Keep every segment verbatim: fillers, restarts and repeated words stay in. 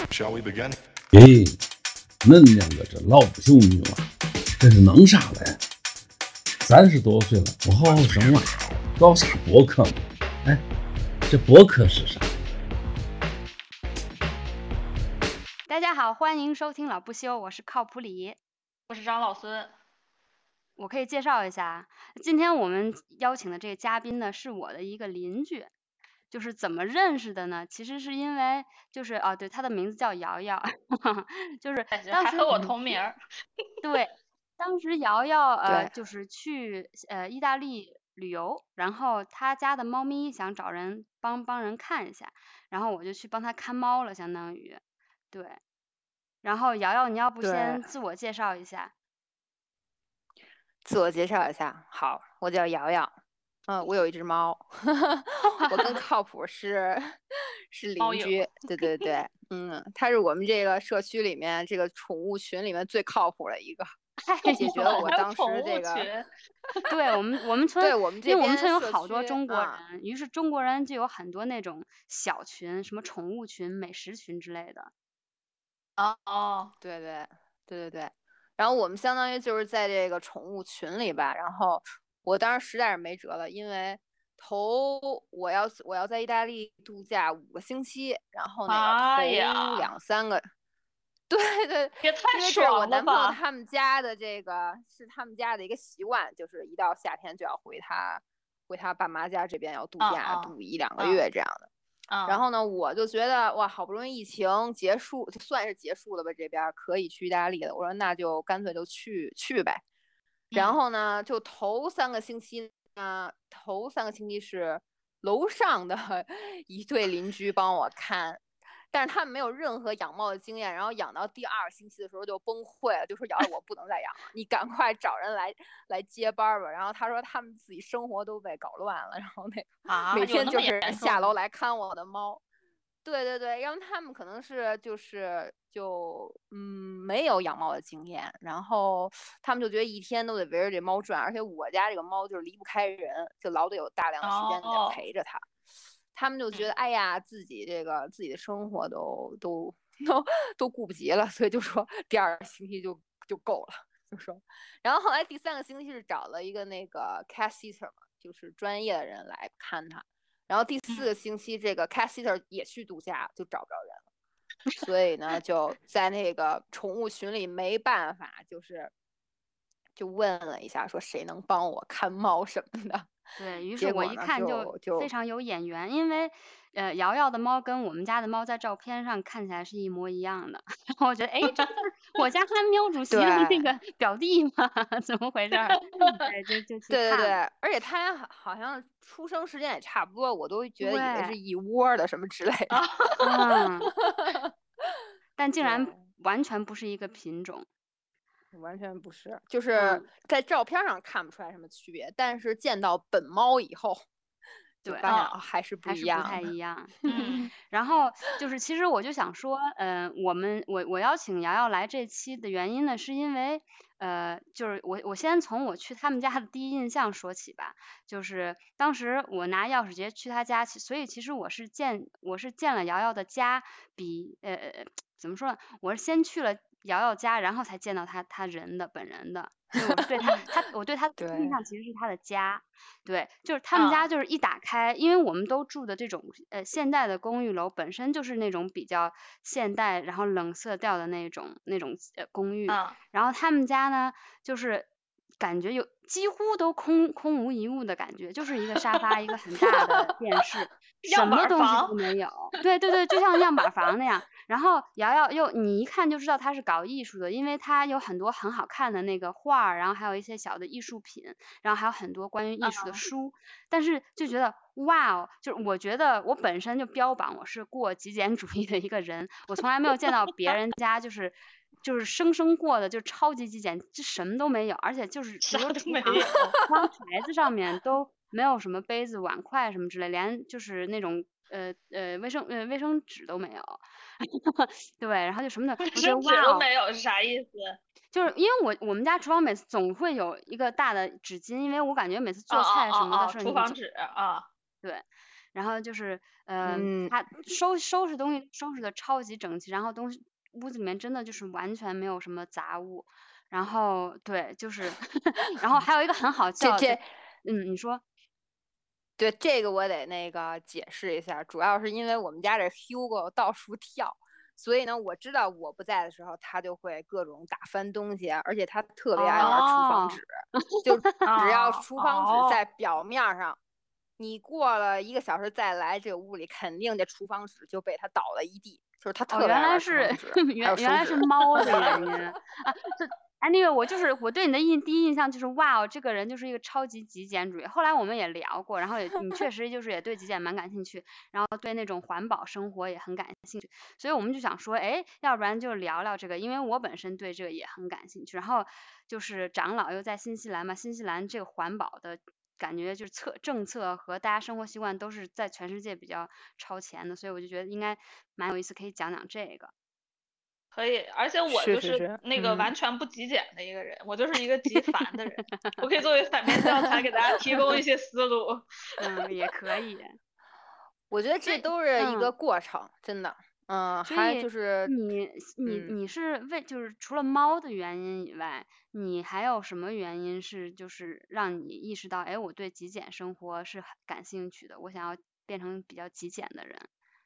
Shall we begin? 咦，恁两个这老不休女娃，这是弄啥嘞？三十多岁了，不好好生娃，搞啥博客嘛？哎，这博客是啥？ 大家好，欢迎收听老不休，我是靠谱李， 我是张老孙。 我可以介绍一下，今天我们邀请的这个嘉宾呢，是我的一个邻居。就是怎么认识的呢？其实是因为就是哦，对，他的名字叫瑶瑶，就是当时还和我同名。 对，当时瑶瑶呃就是去呃意大利旅游，然后他家的猫咪想找人帮帮人看一下，然后我就去帮他看猫了，相当于对。然后瑶瑶，你要不先自我介绍一下？ 自我介绍一下，好，我叫瑶瑶。嗯，我有一只猫，我跟靠谱是是邻居，对对对，嗯，它是我们这个社区里面这个宠物群里面最靠谱的一个，解决了我当时这个。 对我们我们村， 对我们这因为我们村有好多中国人， 啊、 于是中国人就有很多那种小群，什么宠物群、美食群之类的。 哦哦， 对对对对对，然后我们相当于就是在这个宠物群里吧，然后。我当时实在是没辙了，因为头我要我要在意大利度假五个星期，然后那个头两三个，对对， 也太因为这是我男朋友他们家的这个是他们家的一个习惯，就是一到夏天就要回他回他爸妈家这边要度假， 嗯、 度一两个月这样的。 嗯、 然后呢，我就觉得哇，好不容易疫情结束，就算是结束了吧，这边可以去意大利了。我说那就干脆就去去呗。然后呢，就头三个星期呢，头三个星期是楼上的一对邻居帮我看，但是他们没有任何养猫的经验，然后养到第二星期的时候就崩溃了，就说瑶瑶我不能再养了，你赶快找人来来接班吧。然后他说他们自己生活都被搞乱了，然后那个、 啊、 每天就是下楼来看我的猫。对对对，因为他们可能是就是就嗯没有养猫的经验，然后他们就觉得一天都得围着这猫转，而且我家这个猫就是离不开人，就老得有大量的时间得陪着它。哦、他们就觉得、嗯、哎呀，自己这个自己的生活都都都都顾不及了，所以就说第二个星期就就够了，就说。然后后来第三个星期是找了一个那个 cat sitter 嘛，就是专业的人来看它。然后第四个星期，这个 cat sitter 也去度假，就找不着人了，所以呢，就在那个宠物群里没办法，就是就问了一下，说谁能帮我看猫什么的。 对，于是我一看就非常有眼缘，因为呃瑶瑶的猫跟我们家的猫在照片上看起来是一模一样的，然后我觉得哎，这不是我家汉喵主席的那个表弟吗？怎么回事？对，就就去看。 对对对，而且他俩好像出生时间也差不多，我都觉得以为是一窝的什么之类的。 嗯，但竟然完全不是一个品种。 完全不是，就是在照片上看不出来什么区别，嗯、但是见到本猫以后，就发现、哦、还是不一样， 还是不太一样。嗯，然后就是其实我就想说，嗯、呃，我们我我邀请瑶瑶来这期的原因呢，是因为呃，就是我我先从我去他们家的第一印象说起吧，就是当时我拿钥匙直接去他家，所以其实我是见我是见了瑶瑶的家比呃怎么说呢，我是先去了瑶瑶家，然后才见到他他人的本人的，所以我对他他我对他的印象其实是他的家，对，就是他们家就是一打开，因为我们都住的这种呃现代的公寓楼本身就是那种比较现代然后冷色调的那种那种呃公寓，然后他们家呢就是感觉有几乎都空空无一物的感觉，就是一个沙发一个很大的电视什么东西都没有，对对对，就像样板房那样。然后瑶瑶又你一看就知道她是搞艺术的，因为她有很多很好看的那个画，然后还有一些小的艺术品，然后还有很多关于艺术的书，但是就觉得哇哦，就是我觉得我本身就标榜我是过极简主义的一个人，我从来没有见到别人家就是就是生生过的就超级极简，就什么都没有，而且就是比如厨房厨台子上面都没有什么杯子碗筷什么之类，连就是那种呃呃卫生呃卫生纸都没有。对，然后就什么的，我觉得哇， 都没有是啥意思？ 就是因为我我们家厨房每次总会有一个大的纸巾，因为我感觉每次做菜什么的时候， 厨房纸啊， 对， 然后就是呃嗯， 他收收拾东西收拾的超级整齐，然后东西屋子里面真的就是完全没有什么杂物，然后对就是然后还有一个很好笑的， 这这嗯，你说。 对这个我得那个解释一下，主要是因为我们家这 Hugo 到处跳，所以呢，我知道我不在的时候，他就会各种打翻东西啊，而且他特别爱玩厨房哦纸，就只要哦厨房纸哦， 在表面上，你过了一个小时再来，这个屋里肯定这厨房纸就被他倒了一地，就是他哦， 特别爱原来玩厨房是纸，还原有手纸。 原来是猫的原因啊！这哎，那个我就是我对你的印第一印象就是哇哦，这个人就是一个超级极简主义。后来我们也聊过，然后也你确实就是也对极简蛮感兴趣，然后对那种环保生活也很感兴趣，所以我们就想说，哎，要不然就聊聊这个，因为我本身对这个也很感兴趣。然后就是长老又在新西兰嘛，新西兰这个环保的感觉就是策政策和大家生活习惯都是在全世界比较超前的，所以我就觉得应该蛮有意思，可以讲讲这个。 可以，而且我就是是是是， 那个嗯， 完全不极简的一个人，我就是一个极繁的人，我可以作为反面教材给大家提供一些思路。 嗯，也可以。 我觉得这都是一嗯， 个过程，真的，嗯，还所以就是， 你你嗯。 你是为就是除了猫的原因以外，你还有什么原因是就是让你意识到，哎，我对极简生活是很感兴趣的，我想要变成比较极简的人。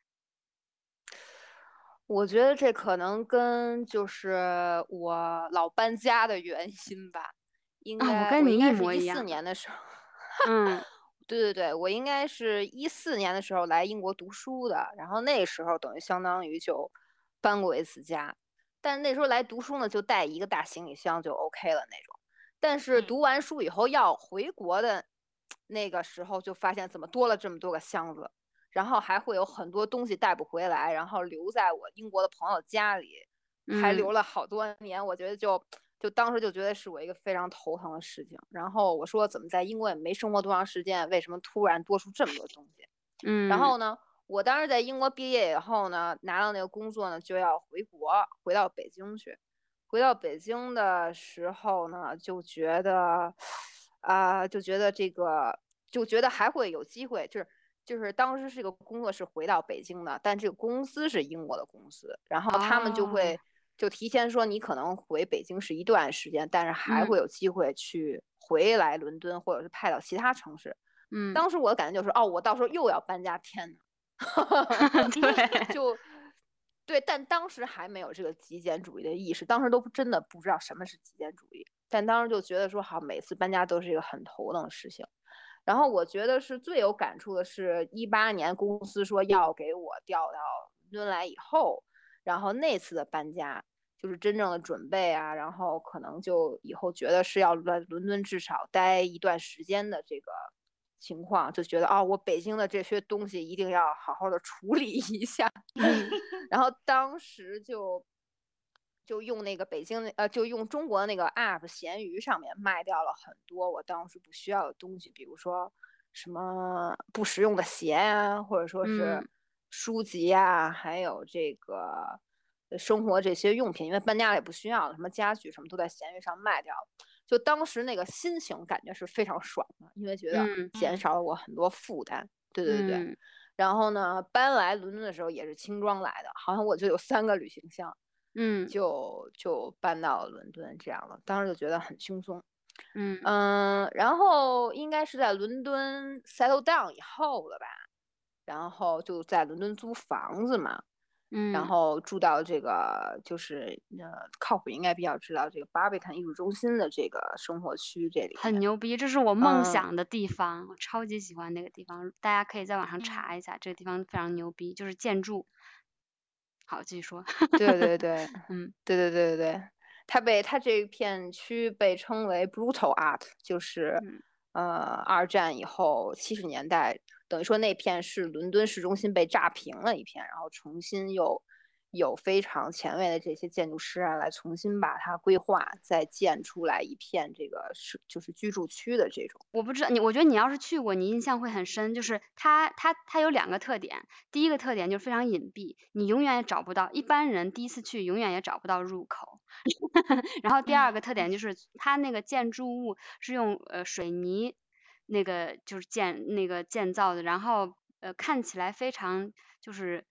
我觉得这可能跟就是我老搬家的原因吧，应啊，我该我应跟你一该是一四模一样。 年的时候， 嗯对对对，我应该是一四年的时候来英国读书的，然后那时候等于相当于就搬过一次家，但那时候来读书呢，就带一个大行李箱就 OK 了那种，但是嗯， 读完书以后要回国的那个时候，就发现怎么多了这么多个箱子。然后还会有很多东西带不回来，然后留在我英国的朋友家里，还嗯留了好多年。我觉得就就当时就觉得是我一个非常头疼的事情。然后我说怎么在英国也没生活多长时间，为什么突然多出这么多东西？然嗯后呢，我当时在英国毕业以后呢，拿到那个工作呢，就要回国，回到北京去。回到北京的时候呢，就觉得啊、呃就觉得这个，就觉得还会有机会，就是就是当时这个工作是回到北京的，但这个公司是英国的公司，然后他们就哦会就提前说你可能回北京是一段时间，但是还嗯会有机会去回来伦敦，或者是派到其他城市。 嗯， 当时我的感觉就是，哦，我到时候又要搬家，天呐， 对， 就对，但当时还没有这个极简主义的意识，当时都真的不知道什么是极简主义，但当时就觉得说，好，每次搬家都是一个很头疼的事情。然后我觉得是最有感触的是，一八年公司说要给我调到伦敦来以后，然后那次的搬家就是真正的准备啊，然后可能就以后觉得是要在伦敦至少待一段时间的这个情况，就觉得哦，我北京的这些东西一定要好好的处理一下。 嗯然后当时就就用那个北京呃，就用中国那个 app 闲鱼上面卖掉了很多我当时不需要的东西，比如说什么不实用的鞋啊，或者说是嗯书籍啊，还有这个生活这些用品，因为搬家了也不需要，什么家具什么都在闲鱼上卖掉。就当时那个心情感觉是非常爽的，因为觉得嗯减少了我很多负担。对对对。 嗯然后呢，搬来伦敦的时候也是轻装来的，好像我就有三个旅行箱， 嗯就就搬到了伦敦这样了。当时就觉得很轻松， 嗯嗯，然后应该是在伦敦 settle down 以后了吧，然后就在伦敦租房子嘛，然嗯， 后住到这个就是呃，靠谱应该比较知道这个 Barbican 艺术中心的这个生活区这里面， 很牛逼，这是我梦嗯想的地方，我超级喜欢那个地方，大家可以在网上嗯查一下，这个地方非常牛逼，就是建筑。好，继续说。 对对对， 嗯对对对对对，它被它这一片区被称为 brutal art，就是嗯呃二战以后七十年代，等于说那片是伦敦市中心被炸平了一片，然后重新又有非常前卫的这些建筑师啊来重新把它规划，再建出来一片这个是就是居住区的这种。 我不知道你，我觉得你要是去过，你印象会很深。就是它，它，它有两个特点。第一个特点就是非常隐蔽，你永远也找不到，一般人第一次去永远也找不到入口。然后第二个特点就是它那个建筑物是用呃水泥那个就是建那个建造的，然后呃看起来非常就是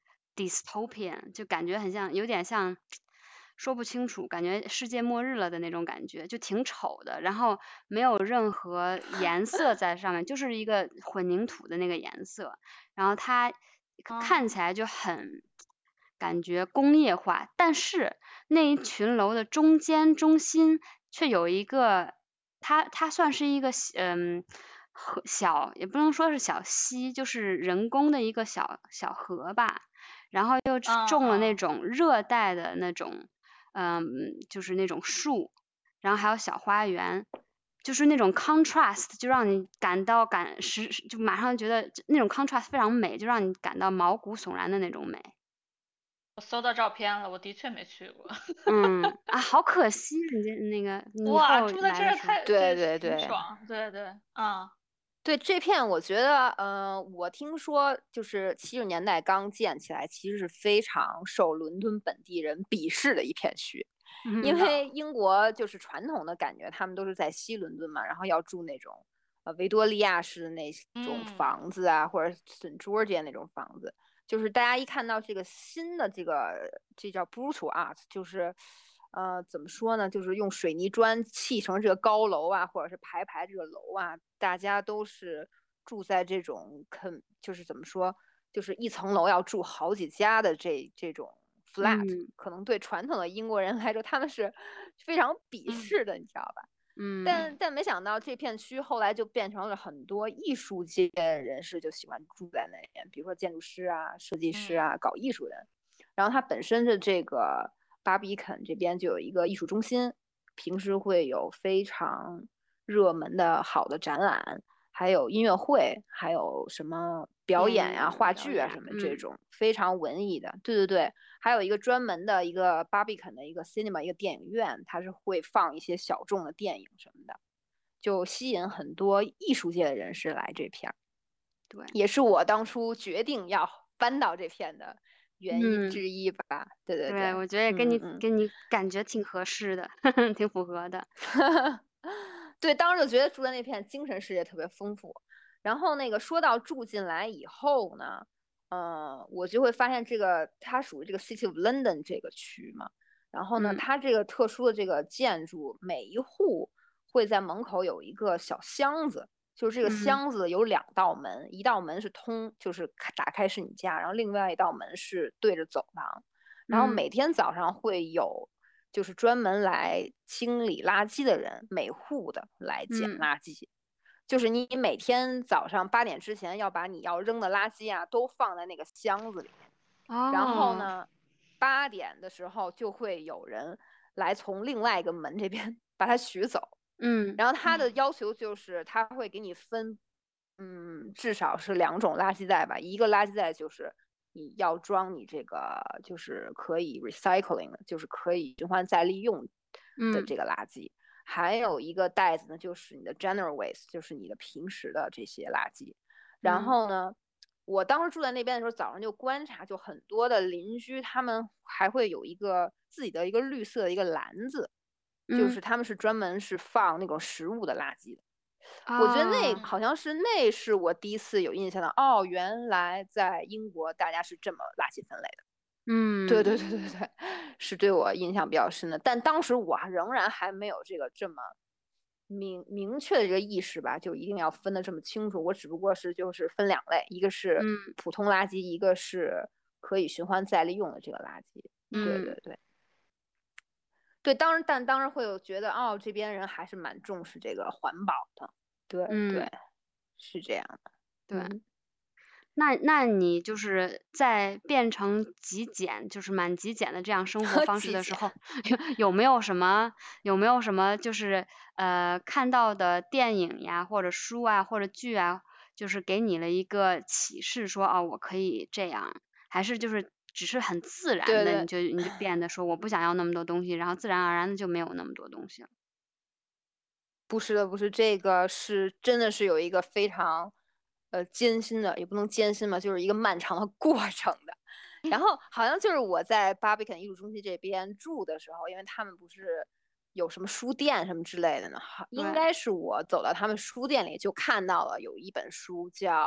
dystopian，就感觉很像有点像说不清楚，感觉世界末日了的那种感觉，就挺丑的，然后没有任何颜色在上面，就是一个混凝土的那个颜色，然后它看起来就很感觉工业化，但是那一群楼的中间中心却有一个，它它算是一个嗯河小，也不能说是小溪，就是人工的一个小小河吧，然后又种了那种热带的那种，嗯，就是那种树，然后还有小花园。就是那种 contrast， 就让你感到感时就马上觉得那种 contrast 非常美，就让你感到毛骨悚然的那种美。 我搜到照片了，我的确没去过。 嗯啊，好可惜，你这那个你以哇， 后住在这来的时候， 儿太对对挺对爽，对对，啊、 对这片，我觉得，嗯、呃，我听说就是七十年代刚建起来，其实是非常受伦敦本地人鄙视的一片区，因嗯为英国就是传统的感觉，他们都是在西伦敦嘛，然后要住那种呃维多利亚式的那种房子啊， 嗯、 或者 Saint George 那种房子，就是大家一看到这个新的这个这叫 brutal art，就是。呃，怎么说呢？就是用水泥砖砌成这个高楼啊，或者是排排这个楼啊，大家都是住在这种肯，就是怎么说，就是一层楼要住好几家的这这种 flat，、 嗯、 可能对传统的英国人来说，他们是非常鄙视的，嗯、你知道吧？ 嗯， 但但没想到这片区后来就变成了很多艺术界人士就喜欢住在那边，比如说建筑师啊、设计师啊、搞艺术人，然后它本身的这个。巴比肯这边就有一个艺术中心，平时会有非常热门的好的展览，还有音乐会，还有什么表演呀、啊、话剧啊什么这种、嗯、非常文艺的。对对对，还有一个专门的一个巴比肯的一个 cinema 一个电影院，它是会放一些小众的电影什么的，就吸引很多艺术界的人士来这片。 对， 也是我当初决定要搬到这片的。原因之一吧，嗯、对对对， 对， 我觉得也跟你、 嗯、 跟你感觉挺合适的，挺符合的。 对，当时就觉得住在那片精神世界特别丰富。然后那个说到住进来以后呢，呃，我就会发现这个它属于这个 City of London 这个区嘛。然后呢， 嗯、 它这个特殊的这个建筑，每一户会在门口有一个小箱子。就是这个箱子有两道门，嗯、一道门是通，就是打开是你家，然后另外一道门是对着走廊。然后每天早上会有就是专门来清理垃圾的人，每户的来捡垃圾。嗯、就是你每天早上八点之前要把你要扔的垃圾啊都放在那个箱子里面。 哦、 然后呢，八点的时候就会有人来从另外一个门这边把它取走。 嗯， 然后他的要求就是他会给你分，嗯，至少是两种垃圾袋吧。一个垃圾袋就是你要装你这个就是可以 recycling 的，就是可以循环再利用的这个垃圾。嗯、还有一个袋子呢，就是你的 general waste， 就是你的平时的这些垃圾。然后呢，嗯、我当时住在那边的时候，早上就观察，就很多的邻居他们还会有一个自己的一个绿色的一个篮子。就是他们是专门是放那种食物的垃圾的。 嗯、 我觉得那好像是那是我第一次有印象的。哦，原来在英国大家是这么垃圾分类的。 嗯， 对对对对对，是对我印象比较深的。但当时我仍然还没有这个这么明明确的这个意识吧，就一定要分得这么清楚。我只不过是就是分两类，一个是普通垃圾，嗯、一个是可以循环再利用的这个垃圾。 嗯、 对对对。对，当然，但当然会有觉得，哦，这边人还是蛮重视这个环保的，对、 嗯、 对，是这样的， 对。 嗯、 那那你就是在变成极简，就是蛮极简的这样生活方式的时候，有有没有什么有没有什么就是呃看到的电影呀，或者书啊，或者剧啊，就是给你了一个启示说，哦，我可以这样，还是就是只是很自然的， 对对你就你就变得说我不想要那么多东西，然后自然而然的就没有那么多东西了。 不是的，不是这个，是真的是有一个非常呃艰辛的，也不能艰辛嘛，就是一个漫长的过程的。然后好像就是我在 Barbican 艺术中心这边住的时候，因为他们不是有什么书店什么之类的呢，应该是我走到他们书店里就看到了有一本书叫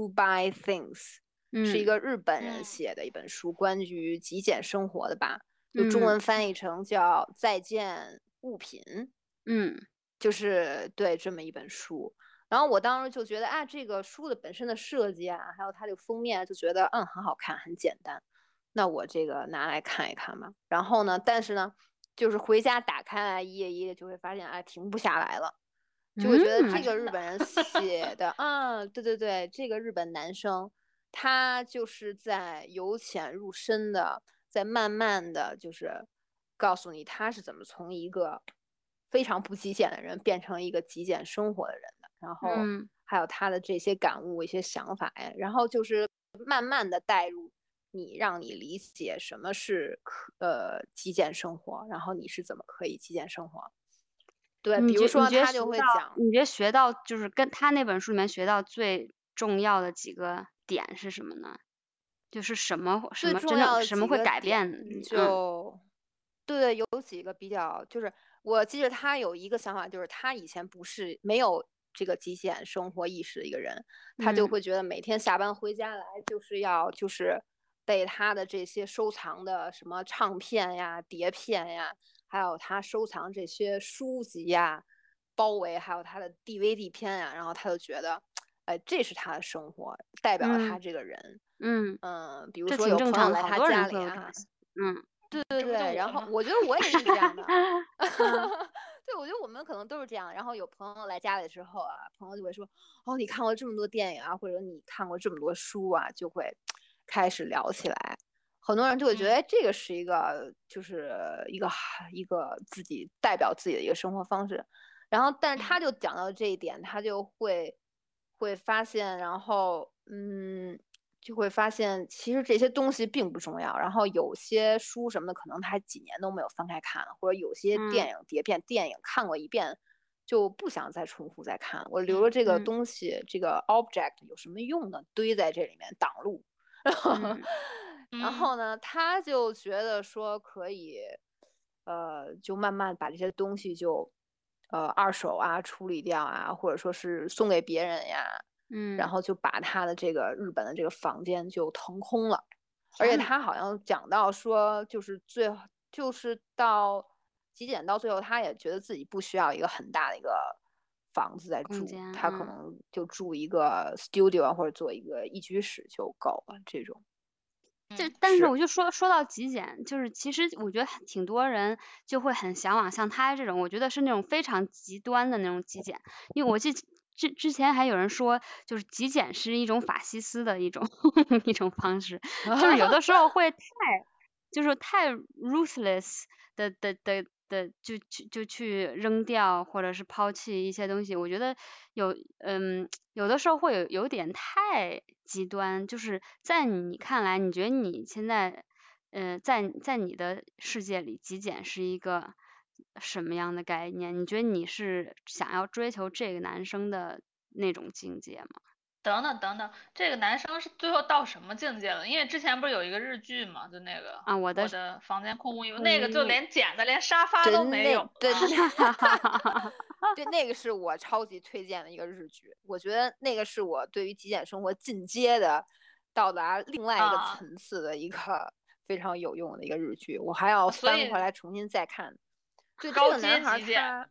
Goodbye Things，、 嗯、 是一个日本人嗯写的一本书，关于极简生活的吧，就嗯中文翻译成叫《再见物品》。 嗯就是对这么一本书。然后我当时就觉得啊，这个书的本身的设计啊，还有它这个封面，就觉得嗯很好看，很简单。那我这个拿来看一看吧。然后呢，但是呢，就是回家打开来一页一页，就会发现哎停不下来了，就会觉得这嗯个日本人写的啊，对对对，这个日本男生他就是在由浅入深的，在慢慢的就是告诉你他是怎么从一个非常不极简的人变成一个极简生活的人的，然后嗯还有他的这些感悟、一些想法呀，然后就是慢慢的带入你，让你理解什么是可呃极简生活，然后你是怎么可以极简生活。对，比如你觉你说他就觉得学到会讲， 你觉得学到就是跟他那本书里面学到最重要的几个点是什么呢？就是什么什么真最重要的正什么会几个点改变你？嗯就，对对，有几个比较，就是我记得他有一个想法，就是他以前不是没有这个极简生活意识的一个人，他就嗯会觉得每天下班回家来就是要就是被他的这些收藏的什么唱片呀、碟片呀，还有他收藏这些书籍呀包围，还有他的 D V D 片呀，然后他就觉得，哎，这是他的生活，代表了他嗯这个人。 嗯， 嗯，比如这说有挺正常的， 朋友来他好多人家里啊， 会有这种想嗯对对这不就对，然我吗？ 后我觉得我也是这样的， 嗯对，我觉得我们可能都是这样。然后有朋友来家里之后啊，朋友就会说，哦，你看过这么多电影啊，或者你看过这么多书啊，就会开始聊起来。很多人就会觉得， 嗯哎，这个是一个，就是一个一个自己代表自己的一个生活方式。然后，但是他嗯就讲到这一点，他就会会发现，然后嗯，就会发现其实这些东西并不重要。然后有些书什么的，可能他几年都没有翻开看，或者有些电嗯影碟片，电影看过一遍就不想再重复再看。我留嗯了这个嗯东西，这个 object 有什么用呢？堆在这里面挡路。 嗯然嗯后呢，他就觉得说可以，呃，就慢慢把这些东西就，呃，二手啊处理掉啊，或者说是送给别人呀，然嗯， 后就把他的这个日本的这个房间就腾空了。而且天呐， 他好像讲到说，就是最后就是到极简到最后，他也觉得自己不需要一个很大的一个房子在住， 空间， 他可嗯。 能就住一个 studio 啊，或者做一个一居室就够了。这种就嗯但是是我就说说到极简，就是其实我觉得很挺多人就会很向往像他这种，我觉得是那种非常极端的那种极简。因为我记之之前还有人说，就是极简是一种法西斯的一种一种方式，就是有的时候会太就是太 ruthless 的的的的就去就去扔掉或者是抛弃一些东西。我觉得有嗯有的时候会有有点太极端，就是在你看来，你觉得你现在呃在在你的世界里，极简是一个什么样的概念？你觉得你是想要追求这个男生的那种境界吗？ 等等等等，这个男生是最后到什么境界了？因为之前不是有一个日剧嘛，就那个啊，我的我的房间空无一物，那个就空无一物， 连捡的连沙发都真没有那真了。 哈哈哈哈哈。 对，那个是我超级推荐的一个日剧，我觉得那个是我对于极简生活进阶的，到达另外一个啊， 层次的一个非常有用的一个日剧，我还要所以翻过来重新再看。对，这高个男孩阶极简。 他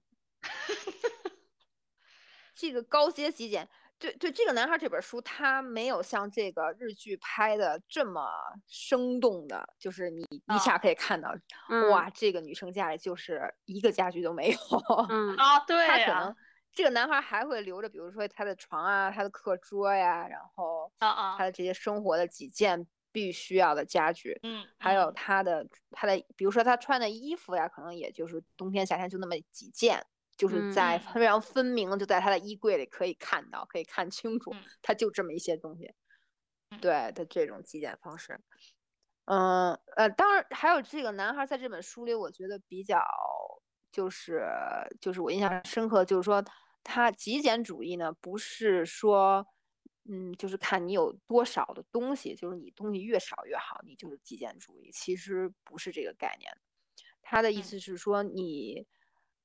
这个高阶极简，对对，这个男孩这本书他没有像这个日剧拍的这么生动的，就是你一下啊可以看到， 嗯哇，这个女生家里就是一个家具都没有。 嗯啊，对他可能呀， 这个男孩还会留着，比如说他的床啊、他的课桌呀，然后啊啊， 他的这些生活的几件必须要的家具， 嗯还有嗯他的他的，比如说他穿的衣服呀，可能也就是冬天夏天就那么几件，就是嗯在嗯非常分明的就在他的衣柜里可以看到，可以看清楚， 嗯他就这么一些东西， 嗯对的这种极简方式。嗯呃，当然还有这个男孩在这本书里，我觉得比较就是就是我印象深刻，就是说他极简主义呢，不是说嗯，就是看你有多少的东西，就是你东西越少越好，你就是极简主义，其实不是这个概念。他的意嗯思是说你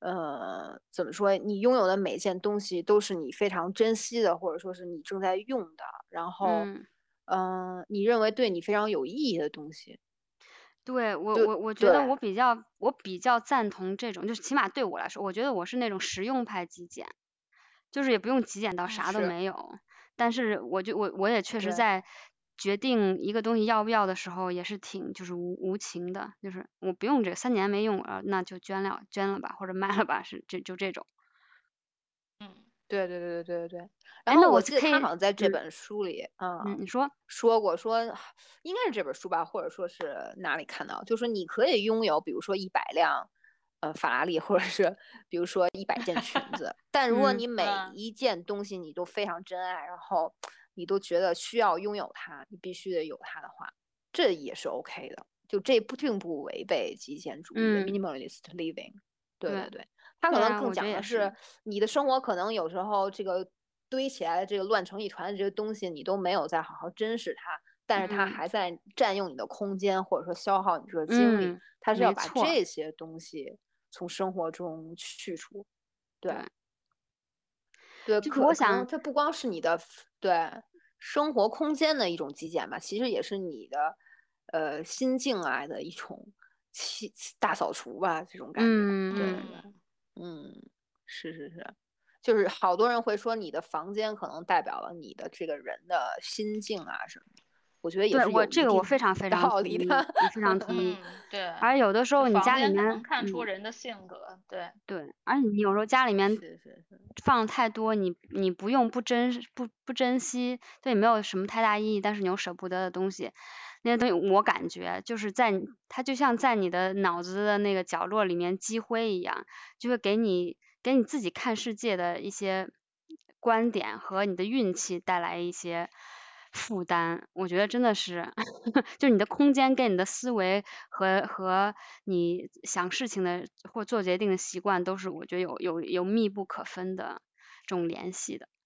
呃，怎么说？你拥有的每件东西都是你非常珍惜的，或者说是你正在用的，然后， 嗯。 嗯、呃，你认为对你非常有意义的东西。 对，我对我我觉得对， 我比较我比较赞同这种，就是起码对我来说，我觉得我是那种实用派极简，就是也不用极简到啊， 啥都是， 没有，但是我就我我也确实对， 在决定一个东西要不要的时候，也是挺就是无无情的，就是我不用这个三年没用了，那就捐了捐了吧，或者卖了吧，是就就这种。 嗯对对对对对对。然哎，那我后我记得就可以， 他好像在这嗯本书里， 嗯， 嗯， 你说， 说过说，应该是这本书吧，或者说是哪里看到，就说你可以拥有，比如说一百辆，呃，法拉利，或者是比如说一百件裙子，但如果嗯你每嗯一件东西你都非常珍爱，然后你都觉得需要拥有它，你必须得有它的话，这也是 OK 的。就这不并不违背极简主义的嗯， minimalist living。对对对对。他可对啊， 能更我觉得讲的是也是， 你的生活可能有时候这个堆起来的这个乱成一团的这些东西，你都没有再好好珍视它，但是它嗯还在占用你的空间，或者说消耗你这个精力， 嗯， 它是要把没错儿， 这些东西从生活中去除。对对， 对， 就是我想， 可可能这不光是你的对生活空间的一种极简吧，其实也是你的呃心境啊的一种清大扫除吧，这种感觉。对对嗯。 对。 嗯， 嗯，是是是，就是好多人会说你的房间可能代表了你的这个人的心境啊什么的，我觉得也对， 是我这个我有一定非常非常道理的。 同意，我非常同意。 嗯，对， 而有的时候你就房家里面， 间很能看出嗯， 人的性格，对， 对，而且你有时候家里面是是是， 放太多，你你不用不珍视不不珍惜，对你没有什么太大意义，但是你又舍不得的东西，那些东西我感觉就是在你它就像在你的脑子的那个角落里面积灰一样，就会给你给你自己看世界的一些观点和你的运气带来一些负担。我觉得真的是，就你的空间跟你的思维和和你想事情的或做决定的习惯，都是我觉得有有有密不可分的这种联系的。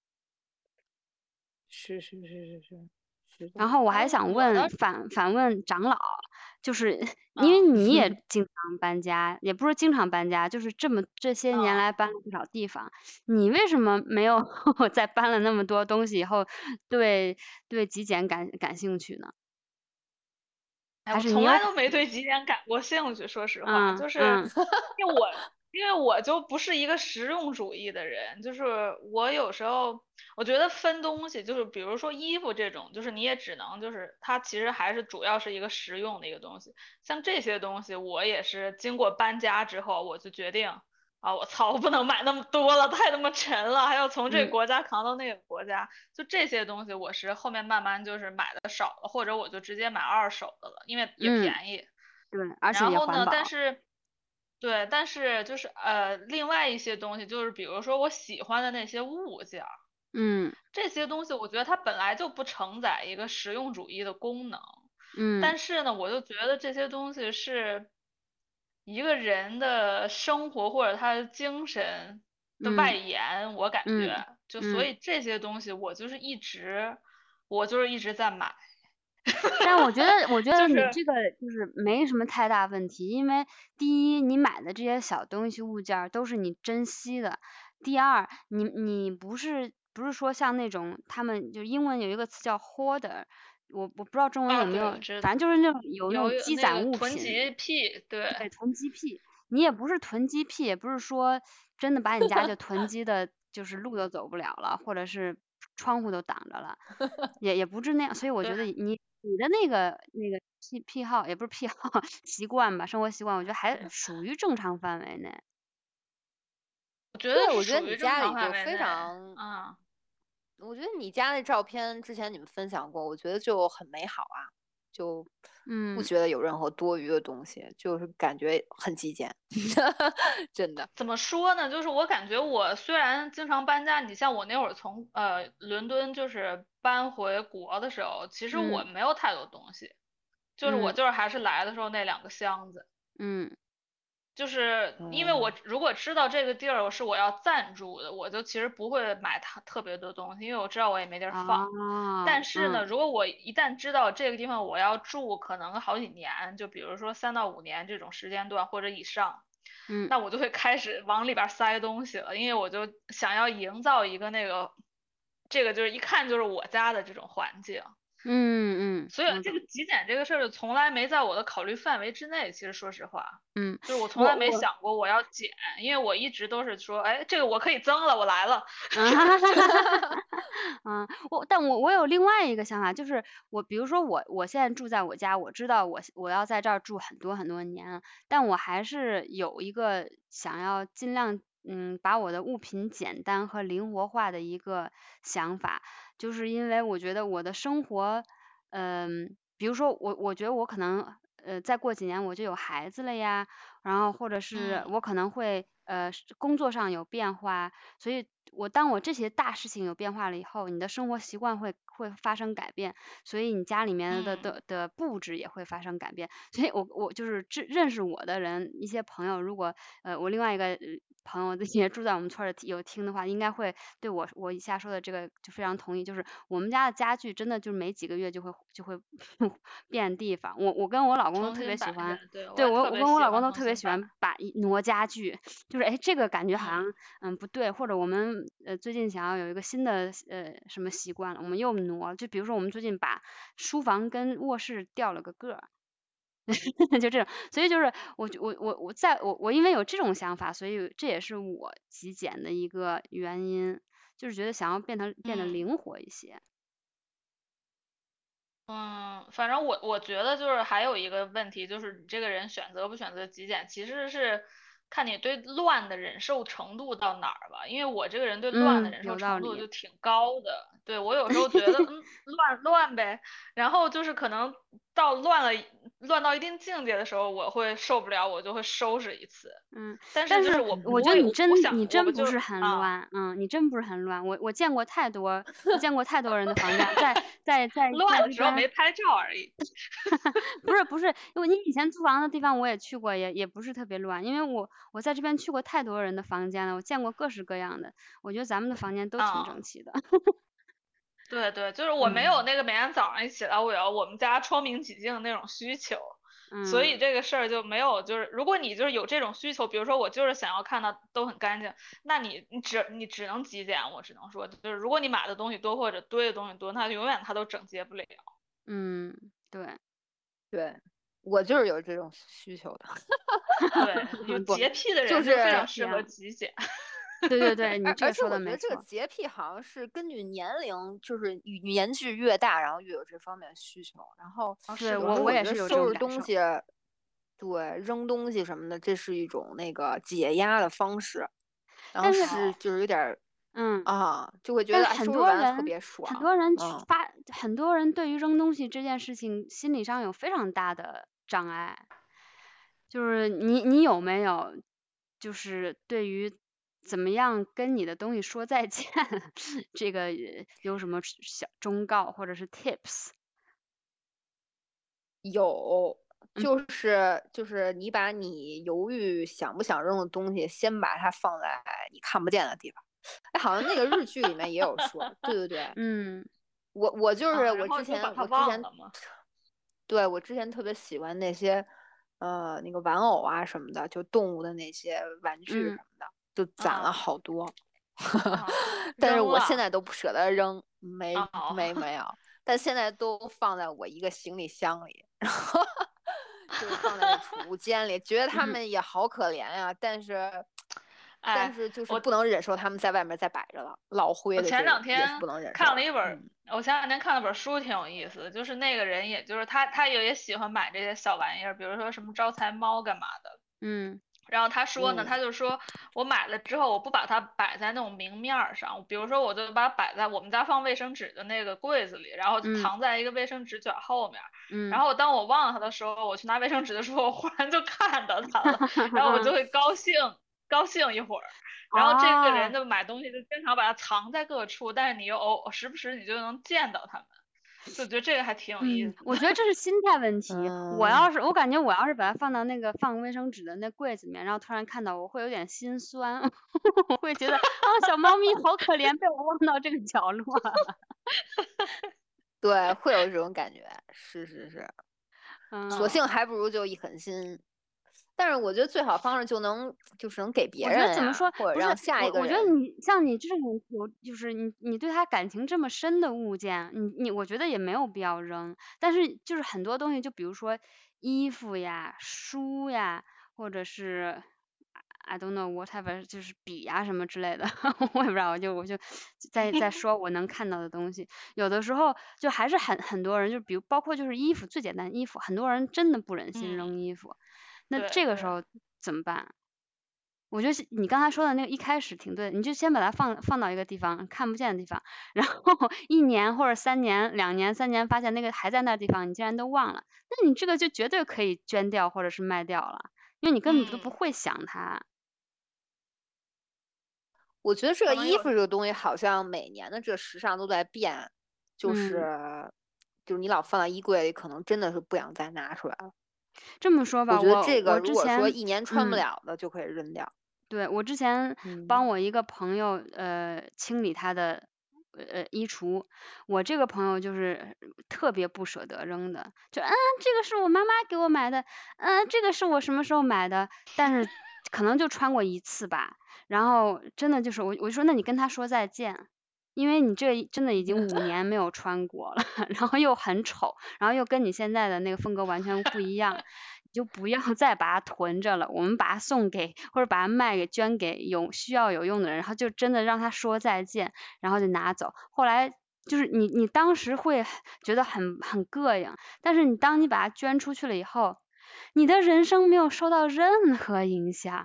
是是是是是是的。 然后我哎， 还想我倒问反反问长老，就是因为啊， 你也经常搬家，也不是经常搬家，就是这么这些年啊。 来搬了不少地方，你为什么没有在搬了那么多东西以后，对对极简感感兴趣呢？ 哎，我还是你有感从来都没觉？ 对极简感过兴趣，说实话，就是嗯嗯因为我因为我就不是一个实用主义的人，就是我有时候我觉得分东西，就是比如说衣服这种，就是你也只能就是它其实还是主要是一个实用的一个东西，像这些东西我也是经过搬家之后，我就决定。啊，我操！我不能买那么多了，太他妈沉了，还要从这个嗯国家扛到那个国家。就这些东西，我是后面慢慢就是买的少了，或者我就直接买二手的了，因为也嗯， 便宜。 对，而且然后呢， 也环保。 但是，对，但是就是呃，另外一些东西，就是比如说我喜欢的那些物件儿， 嗯这些东西我觉得它本来就不承载一个实用主义的功能， 嗯但是呢，我就觉得这些东西是一个人的生活或者他的精神的外嗯延，我感嗯觉就所嗯。 以这些东西我就是一直我就是一直在买， 但我觉得，我觉就是得你这个就是没什么太大问题，因为第一，你买的这些小东西物件儿都是你珍惜的；第二，你你不是不是说像那种他们就英文有一个词叫 hoarder，我我不知道中文啊， 有没有， 对，我知道。 反正就是那种有那种积有那个攒物品， 囤积癖，对， 对，囤积癖。你也不是囤积癖，也不是说真的把你家就囤积的，就是路都走不了了，或者是窗户都挡着了。也也不是那样，所以我对， 觉得你你的那个那个癖癖好也不是癖好习惯吧，生活习惯，我觉得还属于正常范围内。 我觉得对， 是我觉得你属于正常家里就范围内， 非常， 啊， 我觉得你家那照片之前你们分享过，我觉得就很美好啊，就不嗯觉得有任何多余的东西，就是感觉很极简，真的。 怎么说呢？就是我感觉我虽然经常搬家，你像我那会儿从呃伦敦就是搬回国的时候，其实我嗯没有太多东西，就是我嗯就是还是来的时候那两个箱子。 嗯就是因为我嗯， 如果知道这个地儿是我要暂住的，我就其实不会买它特别多东西，因为我知道我也没地儿放。 啊但是呢， 嗯如果我一旦知道这个地方我要住可能好几年，就比如说三到五年这种时间段或者以上， 嗯那我就会开始往里边塞东西了，因为我就想要营造一个那个，这个就是一看就是我家的这种环境。 嗯嗯， 所以这个极简这个事儿就从来没在我的考虑范围之内。其实说实话， 嗯， 就是我从来没我我想过我要减，因为我一直都是说，哎，这个我可以增了，我来了。 嗯，我但我我有另外一个想法，就是我比如说我我现在住在我家，我知道我我要在这儿住很多很多年，但我还是有一个想要尽量嗯把我的物品简单和灵活化的一个想法，就是因为我觉得我的生活，嗯、比如说我我觉得我可能呃再过几年我就有孩子了呀，然后或者是嗯我可能会呃工作上有变化，所以我当我这些大事情有变化了以后，你的生活习惯会会发生改变，所以你家里面的嗯的的布置也会发生改变。所以我我就是知认识我的人，一些朋友，如果呃我另外一个呃朋友也住在我们村儿的有听的话，应该会对我我以下说的这个就非常同意，就是我们家的家具真的就是没几个月就会就会变地方。我我跟我老公都重特别新摆一下喜欢。 对，我对我， 也特我跟我老公别喜欢都特别喜重新摆。 欢把一挪家具，就是哎，这个感觉好嗯像嗯不对，或者我们呃最近想要有一个新的呃什么习惯了，我们又挪，就比如说我们最近把书房跟卧室调了个个儿，就这种，所以就是我我我我在我我因为有这种想法，所以这也是我极简的一个原因，就是觉得想要变得变得嗯。 灵活一些。 嗯，反正我我觉得就是还有一个问题，就是你这个人选择不选择极简，其实是看你对乱的忍受程度到哪儿吧。因为我这个人对乱的嗯， 忍受程度有道理。 就挺高的，对，我有时候觉得嗯乱乱呗，然后就是可能到乱了乱到一定境界的时候，我会受不了，我就会收拾一次。 嗯， 但是但是就是我我觉得不会，我你真我想你我不就真不是很啊乱，嗯，你真不是很乱。我我见过太多，我见过太多人的房间，在在在在乱了，只有没这边， 拍照而已。 不是不是，因为你以前租房的地方我也去过，也也不是特别乱，因为我我在这边去过太多人的房间了，我见过各式各样的，我觉得咱们的房间都挺啊。 整齐的。 对对，就是我没有嗯那个每天早上一起来我要我们家窗明几净的那种需求，所以嗯这个事儿就没有就是如果你就是有这种需求，比如说我就是想要看到都很干净，那你你只你只能极简，我只能说就是如果你买的东西多或者堆的东西多，那永远它都整洁不了。 嗯，对， 对，我就是有这种需求的。 对，有不， 洁癖的就是人就非常适合天， 极简。 对对对，你而而且这个说的我觉得这个没错。 洁癖好像是根据年龄，就是你年纪越大，然后越有这方面需求。然后啊， 对， 是的，是的。 我我也有时候我觉得是有这种收拾感受。 东西，对，扔东西什么的，这是一种那个解压的方式。然后但是是就是有点儿嗯。 啊，就会觉得哎， 但是很收拾完了特多人， 别爽。 很多人去嗯， 发，很多人对于扔东西这件事情心理上有非常大的障碍。就是你你有没有，就是对于怎么样跟你的东西说再见，这个有什么小忠告或者是 tips？ 有， 嗯就是就是你把你犹豫想不想扔的东西，先把它放在你看不见的地方。哎，好像那个日剧里面也有说，对对对， 嗯我我就是啊，然我之后就把它前我之前， 忘了嘛。 对我之前特别喜欢那些呃那个玩偶啊什么的，就动物的那些玩具什嗯么的，就攒了啊好多。 啊， 但是扔了。 我现在都不舍得扔，没哦。 没没有，但现在都放在我一个行李箱里，然后就是放在那储物间里，觉得他嗯们也好可怜呀，但是但哎， 是就是我不能忍受他们在外面再摆着了，落灰我前的这种也是两天不能忍看受。 了一本儿， 嗯我前两天看了本书，挺有意思的。就是那个人，也就是他，他也也喜欢买这些小玩意儿，比如说什么招财猫干嘛的。 嗯然后他说呢， 嗯他就说我买了之后，我不把它摆在那种明面儿上，比如说我就把它摆在我们家放卫生纸的那个柜子里，然后就嗯藏在一个卫生纸卷后面儿。然嗯， 后当我忘了它的时候，我去拿卫生纸的时候，我忽然就看到它了，然后我就嗯会高兴高兴一会儿。然后这个人哦。 就买东西就经常把它藏在各处，但是你又偶时不时你就能见到它们，就觉得这个还挺有意嗯， 思的。 我觉得这是心态问题。我嗯， 要是，我感觉我要是把它放到那个放卫生纸的那柜子里面，然后突然看到，我会有点心酸，我会觉得啊，小猫咪好可怜，被我忘到这个角落了。 对，会有这种感觉，是是是，索嗯性嗯。 还不如就一狠心。 但是我觉得最好方式就能就是能给别我觉得人呀、 怎么说， 或者让不是我， 下一个人。 我觉得你像你这种有，就是你你对他感情这么深的物件，你你我觉得也没有必要扔。但是就是很多东西，就比如说衣服呀、书呀，或者是 I don't know whatever，就是笔呀什么之类的，我也不知道，我就我就在在说我能看到的东西。有的时候就还是很很多人，就比如包括就是衣服，最简单的衣服，很多人真的不忍心嗯， 扔衣服。那对对， 这个时候怎么办？我觉得是你刚才说的那个一开始挺对的，你就先把它放放到一个地方看不见的地方，然后一年或者三年、两年、三年，发现那个还在那地方，你竟然都忘了，那你这个就绝对可以捐掉或者是卖掉了，因为你根本都不嗯， 会想它。 我觉得这个衣可能有， 服这个东西好像每年的这个时尚都在变，就嗯， 是就是你老放在衣柜里，可能真的是不想再拿出来了。 这么说吧， 我觉得我我这个如果说之前， 一年穿不嗯， 了的就可以扔掉。 对，我之前嗯帮我一个朋友呃清理他的呃衣橱，我这个朋友就是特别不舍得扔的，就嗯这个是我妈妈给我买的，嗯这个是我什么时候买的，但是可能就穿过一次吧，然后真的就是我我就说那你跟他说再见。因为你这真的已经五年没有穿过了，然后又很丑，然后又跟你现在的那个风格完全不一样，你就不要再把它囤着了，我们把它送给或者把它卖给捐给有需要有用的人，然后就真的让他说再见，然后就拿走。后来就是你你当时会觉得很很膈应，但是你当你把它捐出去了以后，你的人生没有受到任何影响。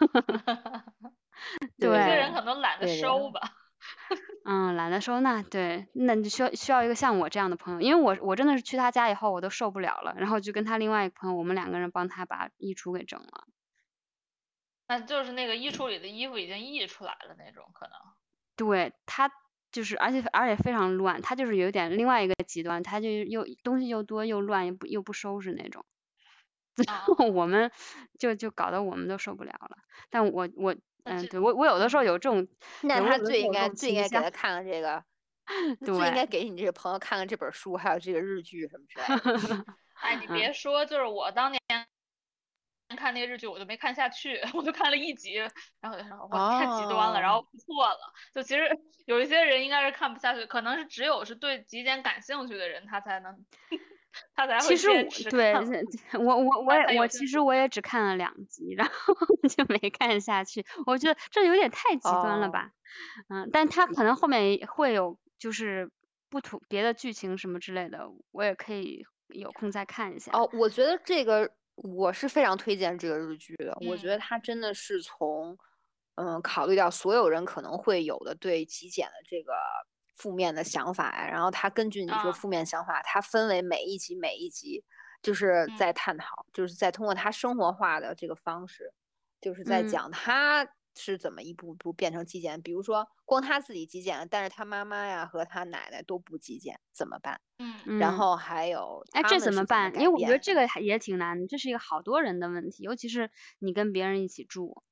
对有些人对， 可能懒得对对收吧。 嗯，懒得收纳，对，那你就需要需要一个像我这样的朋友，因为我我真的是去他家以后我都受不了了，然后就跟他另外一个朋友，我们两个人帮他把衣橱给整了。 那就是那个衣橱里的衣服已经溢出来了那种，可能。 对，他就是而且而且非常乱，他就是有点另外一个极端，他就又东西又多又乱又不又不收拾那种， 啊， 我们就就搞得我们都受不了了。但我我嗯， 那这， 对我我有的时候嗯， 有这种， 那有我他最应该有的时候有这种倾向， 最应该给他看看这个，那最应对， 该给你这个朋友看看这本书，还有这个日剧什么之类的。 哎，你嗯， 别说，就是我当年看那个日剧，我就没看下去，我就看了一集，然后我就说哇，太极端了，然后哦不错了。就其实有一些人应该是看不下去，可能是只有是对极简感兴趣的人，他才能，他才会其实我坚持对看， 我我我才也我才有兴趣。 其实我也只看了两集，然后就没看下去。我觉得这有点太极端了哦吧，嗯，但他可能后面会有就是不同别的剧情什么之类的，我也可以有空再看一下。 哦，我觉得这个我是非常推荐这个日剧的。我觉得嗯它真的是从嗯考虑到所有人可能会有的对极简的这个负面的想法，然后它根据你这个啊负面想法，它分为每一集每一集就是在嗯探讨，就是在通过它生活化的这个方式，就是在嗯讲他是怎么一步步变成极简。比如说光他自己极简了，但是他妈妈呀和他奶奶都不极简，怎么办？ 嗯然嗯， 后还有哎， 他这们是怎么怎么办？因为我觉得改变的。 这个还也挺难的，这是一个好多人的问题，尤其是你跟别人一起住。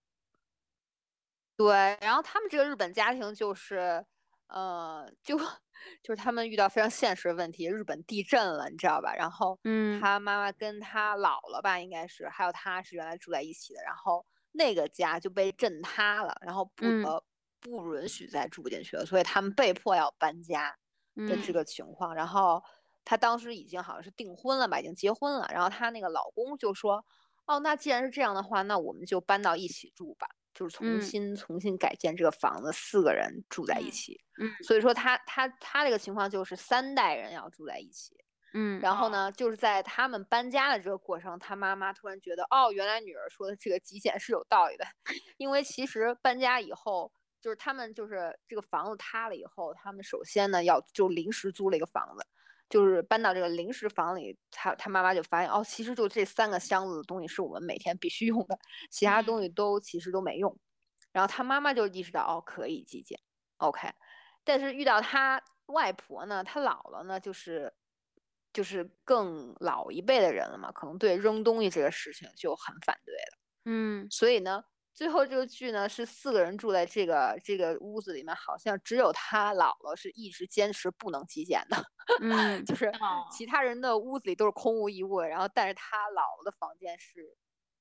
对，然后他们这个日本家庭就是，呃，就就是他们遇到非常现实的问题，日本地震了，你知道吧？然后嗯他妈妈跟他姥姥吧，应该是还有他是原来住在一起的，然后那个家就被震塌了，然后不嗯呃不允许再住进去了，所以他们被迫要搬家的这嗯个情况。然后他当时已经好像是订婚了吧，已经结婚了，然后他那个老公就说，哦，那既然是这样的话，那我们就搬到一起住吧。就是重嗯新重新改建这个房子，四个人住在一嗯起。 嗯所以说他他他这个情况就是三代人要住在一起。 嗯啊然后呢，就是在他们搬家的这个过程，他妈妈突然觉得，哦，原来女儿说的这个极简是有道理的，因为其实搬家以后，就是他们就是这个房子塌了以后，他们首先呢要就临时租了一个房子，就是搬到这个临时房里，他他妈妈就发现，哦，其实就这三个箱子的东西是我们每天必须用的，其他东嗯西都其实都没用。然后他妈妈就意识到，哦，可以极简，OK。但是遇到他外婆呢，他姥姥呢，就是就是更老一辈的人了嘛，可能对扔东西这个事情就很反对了。 嗯所以呢，最后这个剧呢是四个人住在这个这个屋子里面，好像只有他姥姥是一直坚持不能极简的， 嗯就是啊其他人的屋子里都是空无一物的，然后但是他姥姥的房间是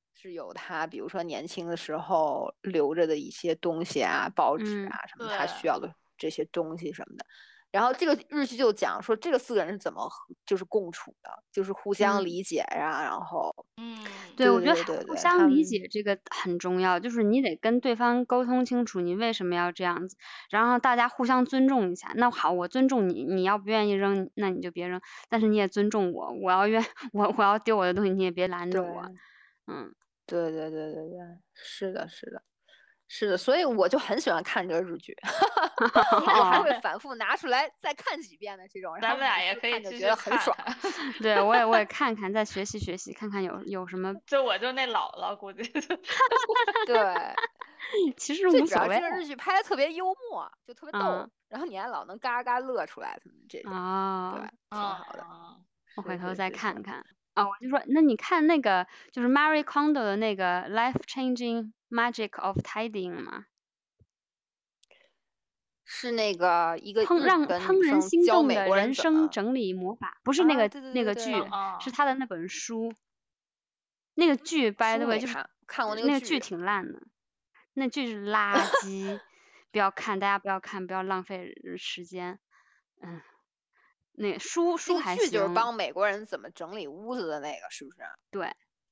是有他比如说年轻的时候留着的一些东西啊，报纸嗯啊什么他需要的这些东西什么的。然后这个日剧就讲说这个四个人是怎么就是共处的，就是互相嗯理解呀、然后嗯， 对， 对我觉得互对对对，他相理们解这个很重要，就是你得跟对方沟通清楚你为什么要这样子，然后大家互相尊重一下。那好，我尊重你，你要不愿意扔，那你就别扔，但是你也尊重我，我要愿我我要丢我的东西，你也别拦着对我。嗯， 对对对对对，是的，是的，是的，所以我就很喜欢看这个日剧，我还会反复拿出来再看几遍的这种，然咱们俩后每次也可以继续看就觉得很爽。 看看。 对我也我也看看，再学习学习，看看有有什么。 就我就那姥姥估计。 对， 其实最主无所谓。 要这个日剧拍的特别幽默，就特别逗， 嗯然后你还老能嘎嘎乐出来，他们这种， 哦， 对，挺好的。 嗯， 我回头再是是是是看看。哦，我就说，那你看那个就是 Marie Kondo 的那个 Life Changing Magic of Tidying 吗？ 是那个一个怦让日本怦人女生心动的教美国人人怎么生整理魔法，不是那啊， 个对对那个剧， 对对对， 嗯是他的那本书。那个剧 by 书 the way 就是没看，看过那那个剧剧， 挺烂的，那剧是垃圾，不要看，大家不要看，不要浪费时间。嗯，那个书那书还个剧就是行， 帮美国人怎么整理屋子的那个，是不是？ 对，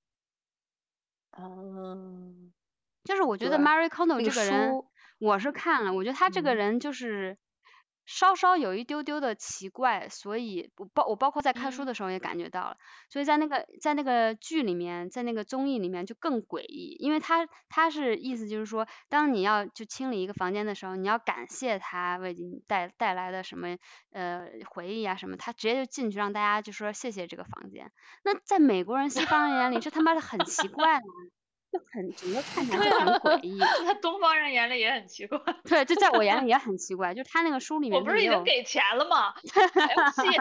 嗯， 就是我觉得对 Marie Kondo 那个这个人， 书， 我是看了，我觉得他这个嗯人就是稍稍有一丢丢的奇怪，所以我包我包括在看书嗯的时候也感觉到了，所以在那个在那个剧里面，在那个综艺里面就更诡异，因为他他是意思就是说，当你要就清理一个房间的时候，你要感谢他为你带带来的什么呃回忆啊什么，他直接就进去让大家就说谢谢这个房间。那在美国人、西方人眼里，这他妈的很奇怪啊。就很整个看起来就很诡异。 这在东方人眼里也很奇怪。 对，就在我眼里也很奇怪。就他那个书里面， 我不是已经给钱了吗？还要谢？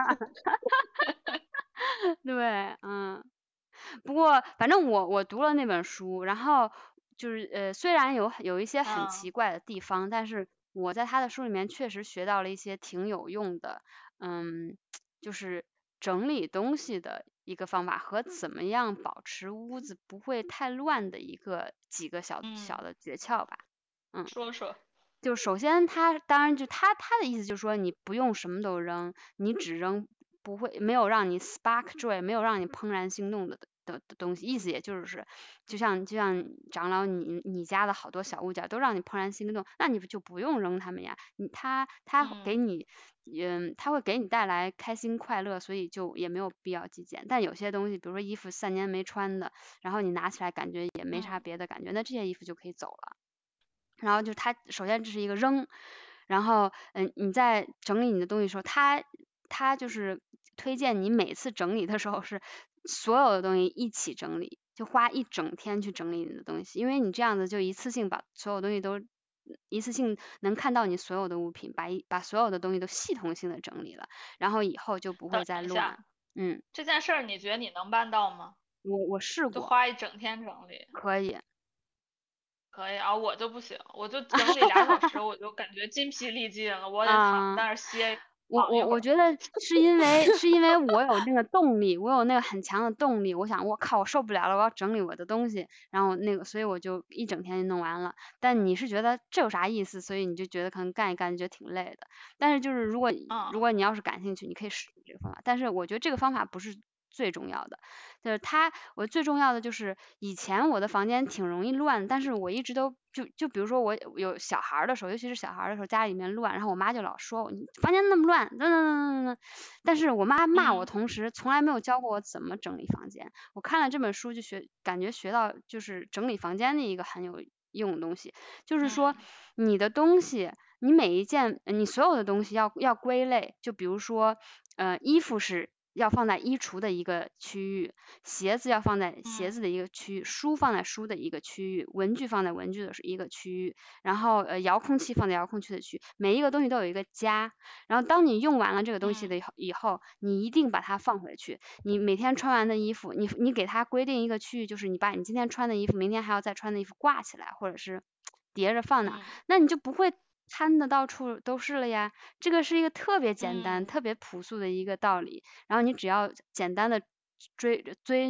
对，嗯。不过反正我我读了那本书，然后就是呃，虽然有有一些很奇怪的地方，嗯、但是我在他的书里面确实学到了一些挺有用的，嗯，就是整理东西的一个方法和怎么样保持屋子不会太乱的一个几个小小的诀窍吧。嗯， 说说。 就首先他当然就他他的意思就是说你不用什么都扔，你只扔不会没有让你 spark joy 没有让你怦然心动的的的东西，意思也就是就像就像长老你你家的好多小物件都让你怦然心动，那你就不用扔它们呀，你他他给你嗯他会给你带来开心快乐，所以就也没有必要极简。但有些东西比如说衣服三年没穿的，然后你拿起来感觉也没啥别的感觉，那这些衣服就可以走了。然后就它首先这是一个扔，然后嗯你在整理你的东西的时候，它它就是推荐你每次整理的时候是所有的东西一起整理，就花一整天去整理你的东西，因为你这样子就一次性把所有东西都一次性能看到你所有的物品，把一把所有的东西都系统性的整理了，然后以后就不会再乱。嗯， 这件事儿你觉得你能办到吗？ 我我试过， 就花一整天整理。 可以。 可以啊，我就不行，我就整理俩小时，我就感觉筋疲力尽了，我得躺在那儿歇。 我我我觉得是因为是因为我有那个动力，我有那个很强的动力，我想我靠我受不了了，我要整理我的东西，然后那个所以我就一整天就弄完了。但你是觉得这有啥意思，所以你就觉得可能干一干就觉得挺累的。但是就是如果如果你要是感兴趣，你可以试这个方法。但是我觉得这个方法不是最重要的，就是它我最重要的就是以前我的房间挺容易乱，但是我一直都就就比如说我有小孩的时候，尤其是小孩的时候家里面乱，然后我妈就老说我你房间那么乱，等等等等，但是我妈骂我同时从来没有教过我怎么整理房间。我看了这本书就学感觉学到就是整理房间的一个很有用的东西，就是说你的东西你每一件你所有的东西要要归类，就比如说呃衣服是要放在衣橱的一个区域，鞋子要放在鞋子的一个区域，书放在书的一个区域，文具放在文具的一个区域，然后呃遥控器放在遥控器的区域，每一个东西都有一个家。然后当你用完了这个东西的以后，你一定把它放回去。你每天穿完的衣服，你你给它规定一个区域，就是你把你今天穿的衣服，明天还要再穿的衣服挂起来，或者是叠着放那，那你就不会摊的到处都是了呀。这个是一个特别简单、嗯、特别朴素的一个道理，然后你只要简单的追追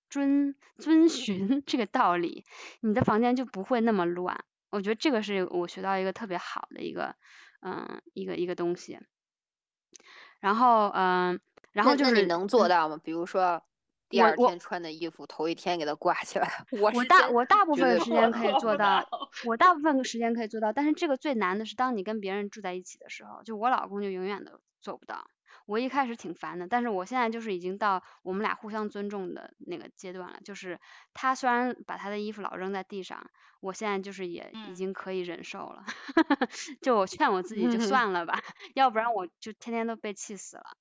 遵遵循这个道理，你的房间就不会那么乱。我觉得这个是我学到一个特别好的一个嗯一个一个东西。然后嗯，然后就是那那你能做到吗？比如说第我我二天穿的衣服，头一天给它挂起来。我我大是真我大部绝对分时间可以做不到。 做到，我大部分时间可以做到，但是这个最难的是当你跟别人住在一起的时候，就我老公就永远都做不到。我一开始挺烦的，但是我现在就是已经到我们俩互相尊重的那个阶段了。就是他虽然把他的衣服老扔在地上，我现在就是也已嗯经可以忍受了。就我劝我自己就算了吧，要不然我就天天都被气死了。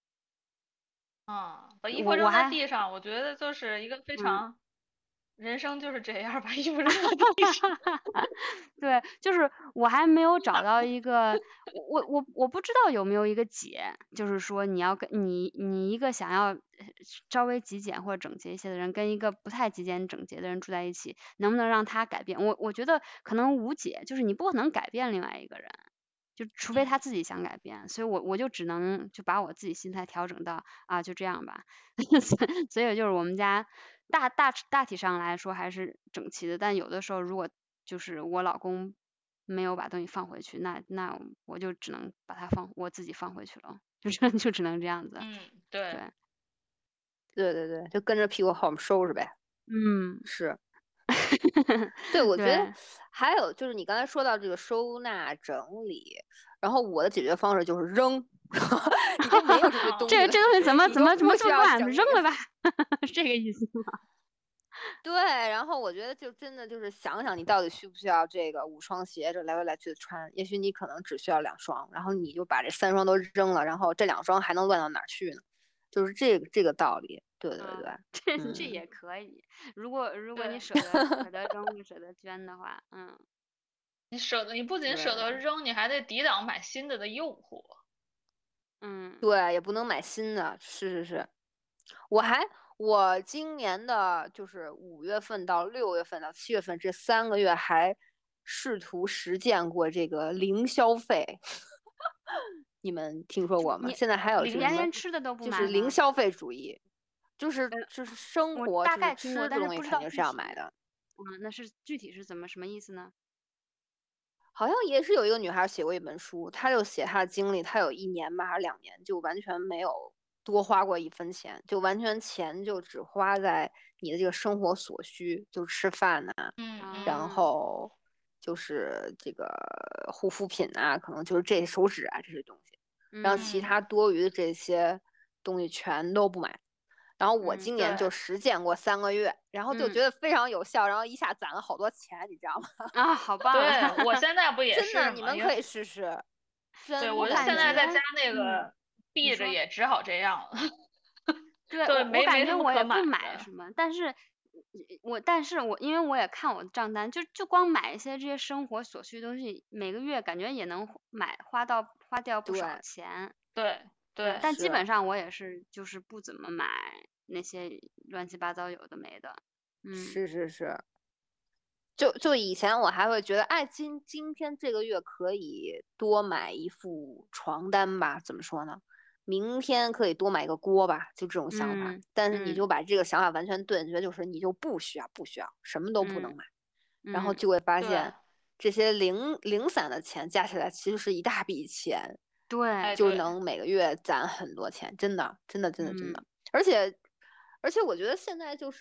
嗯，把衣服扔在我我还地上，我觉得就是一个非嗯常，人生就是这样，把衣服扔在地上。 对，就是我还没有找到一个，我我我不知道有没有一个解，就是说你要跟你你一个想要呃稍微极简或者整洁一些的人，跟一个不太极简整洁的人住在一起，能不能让他改变？我我觉得可能无解，就是你不可能改变另外一个人，就除非他嗯自己想改变，所以我我就只能就把我自己心态调整到啊就这样吧。所以就是我们家大大大体上来说还是整齐的，但有的时候如果就是我老公没有把东西放回去，那那我就只能把它放我自己放回去了，就是就只能这样子。 嗯，对， 对， 对对对，就跟着屁股后面收拾呗。 嗯， 是。对，我觉得对， 还有就是你刚才说到这个收纳整理，然后我的解决方式就是扔，你就没有这些东西了， 这这东西怎么你怎么怎么就不需要这么乱， 整理。 扔了吧，是这个意思吗？ 对，然后我觉得就真的就是想想你到底需不需要这个五双鞋这来回来去的穿，也许你可能只需要两双，然后你就把这三双都扔了，然后这两双还能乱到哪儿去呢？就是这个这个道理。对对对， 嗯，这这嗯， 也可以。如果如果你对， 舍得舍得扔舍得捐的话，嗯， 你舍得，你不仅舍得对扔，你还得抵挡买新的的诱惑。 嗯对，也不能买新的，是是是。我还我今年的就是五月份到六月份到七月份这三个月还试图实践过这个零消费，你们听说过吗？ 你现在还有这个什么， 连连吃的都不就是买吗？ 零消费主义，就是呃， 就是生我活就是大概听过， 吃的东西但是不知道肯定是要具体。 买的。 嗯，那是具体是怎么什么意思呢？ 好像也是有一个女孩写过一本书，她就写她的经历，她有一年吧还是两年就完全没有多花过一分钱，就完全钱就只花在你的这个生活所需，就吃饭呐、 嗯然嗯， 啊， 后就是这个护肤品啊，可能就是这手纸啊这些东西，然后其嗯他多余的这些东西全都不买。然后我嗯今年就对， 实践过三个月，然后就嗯觉得非常有效，然后一下攒了好多钱，你知道吗？ 啊，好棒对， 啊！ 我现在不也真的， 是吗？也， 你们可以试试， 对， 真我就我感觉， 现在在家那嗯， 个闭着你说， 也只好这样了。 对， 对， 我我没没什么感觉我也可买不买的。 什么，但是我但是我因为我也看我的账单，就就光买一些这些生活所需的东西，每个月感觉也能买花到花掉不少对， 钱。 对对， 对， 但基是本上我也是就是不怎么买那些乱七八糟有的没的。嗯是是是，就就以前我还会觉得，哎，今今天这个月可以多买一副床单吧？怎么说呢？明天可以多买一个锅吧？就这种想法。 嗯但是你就嗯把这个想法完全顿绝，就是你就不需要，不需要，什么都不能嗯买。然后嗯， 就会发对， 现，这些零零散的钱加起来其实是一大笔钱， 对， 哎对， 就能每个月攒很多钱，真的，真的，真的，真的。 嗯而且，而且我觉得现在就是，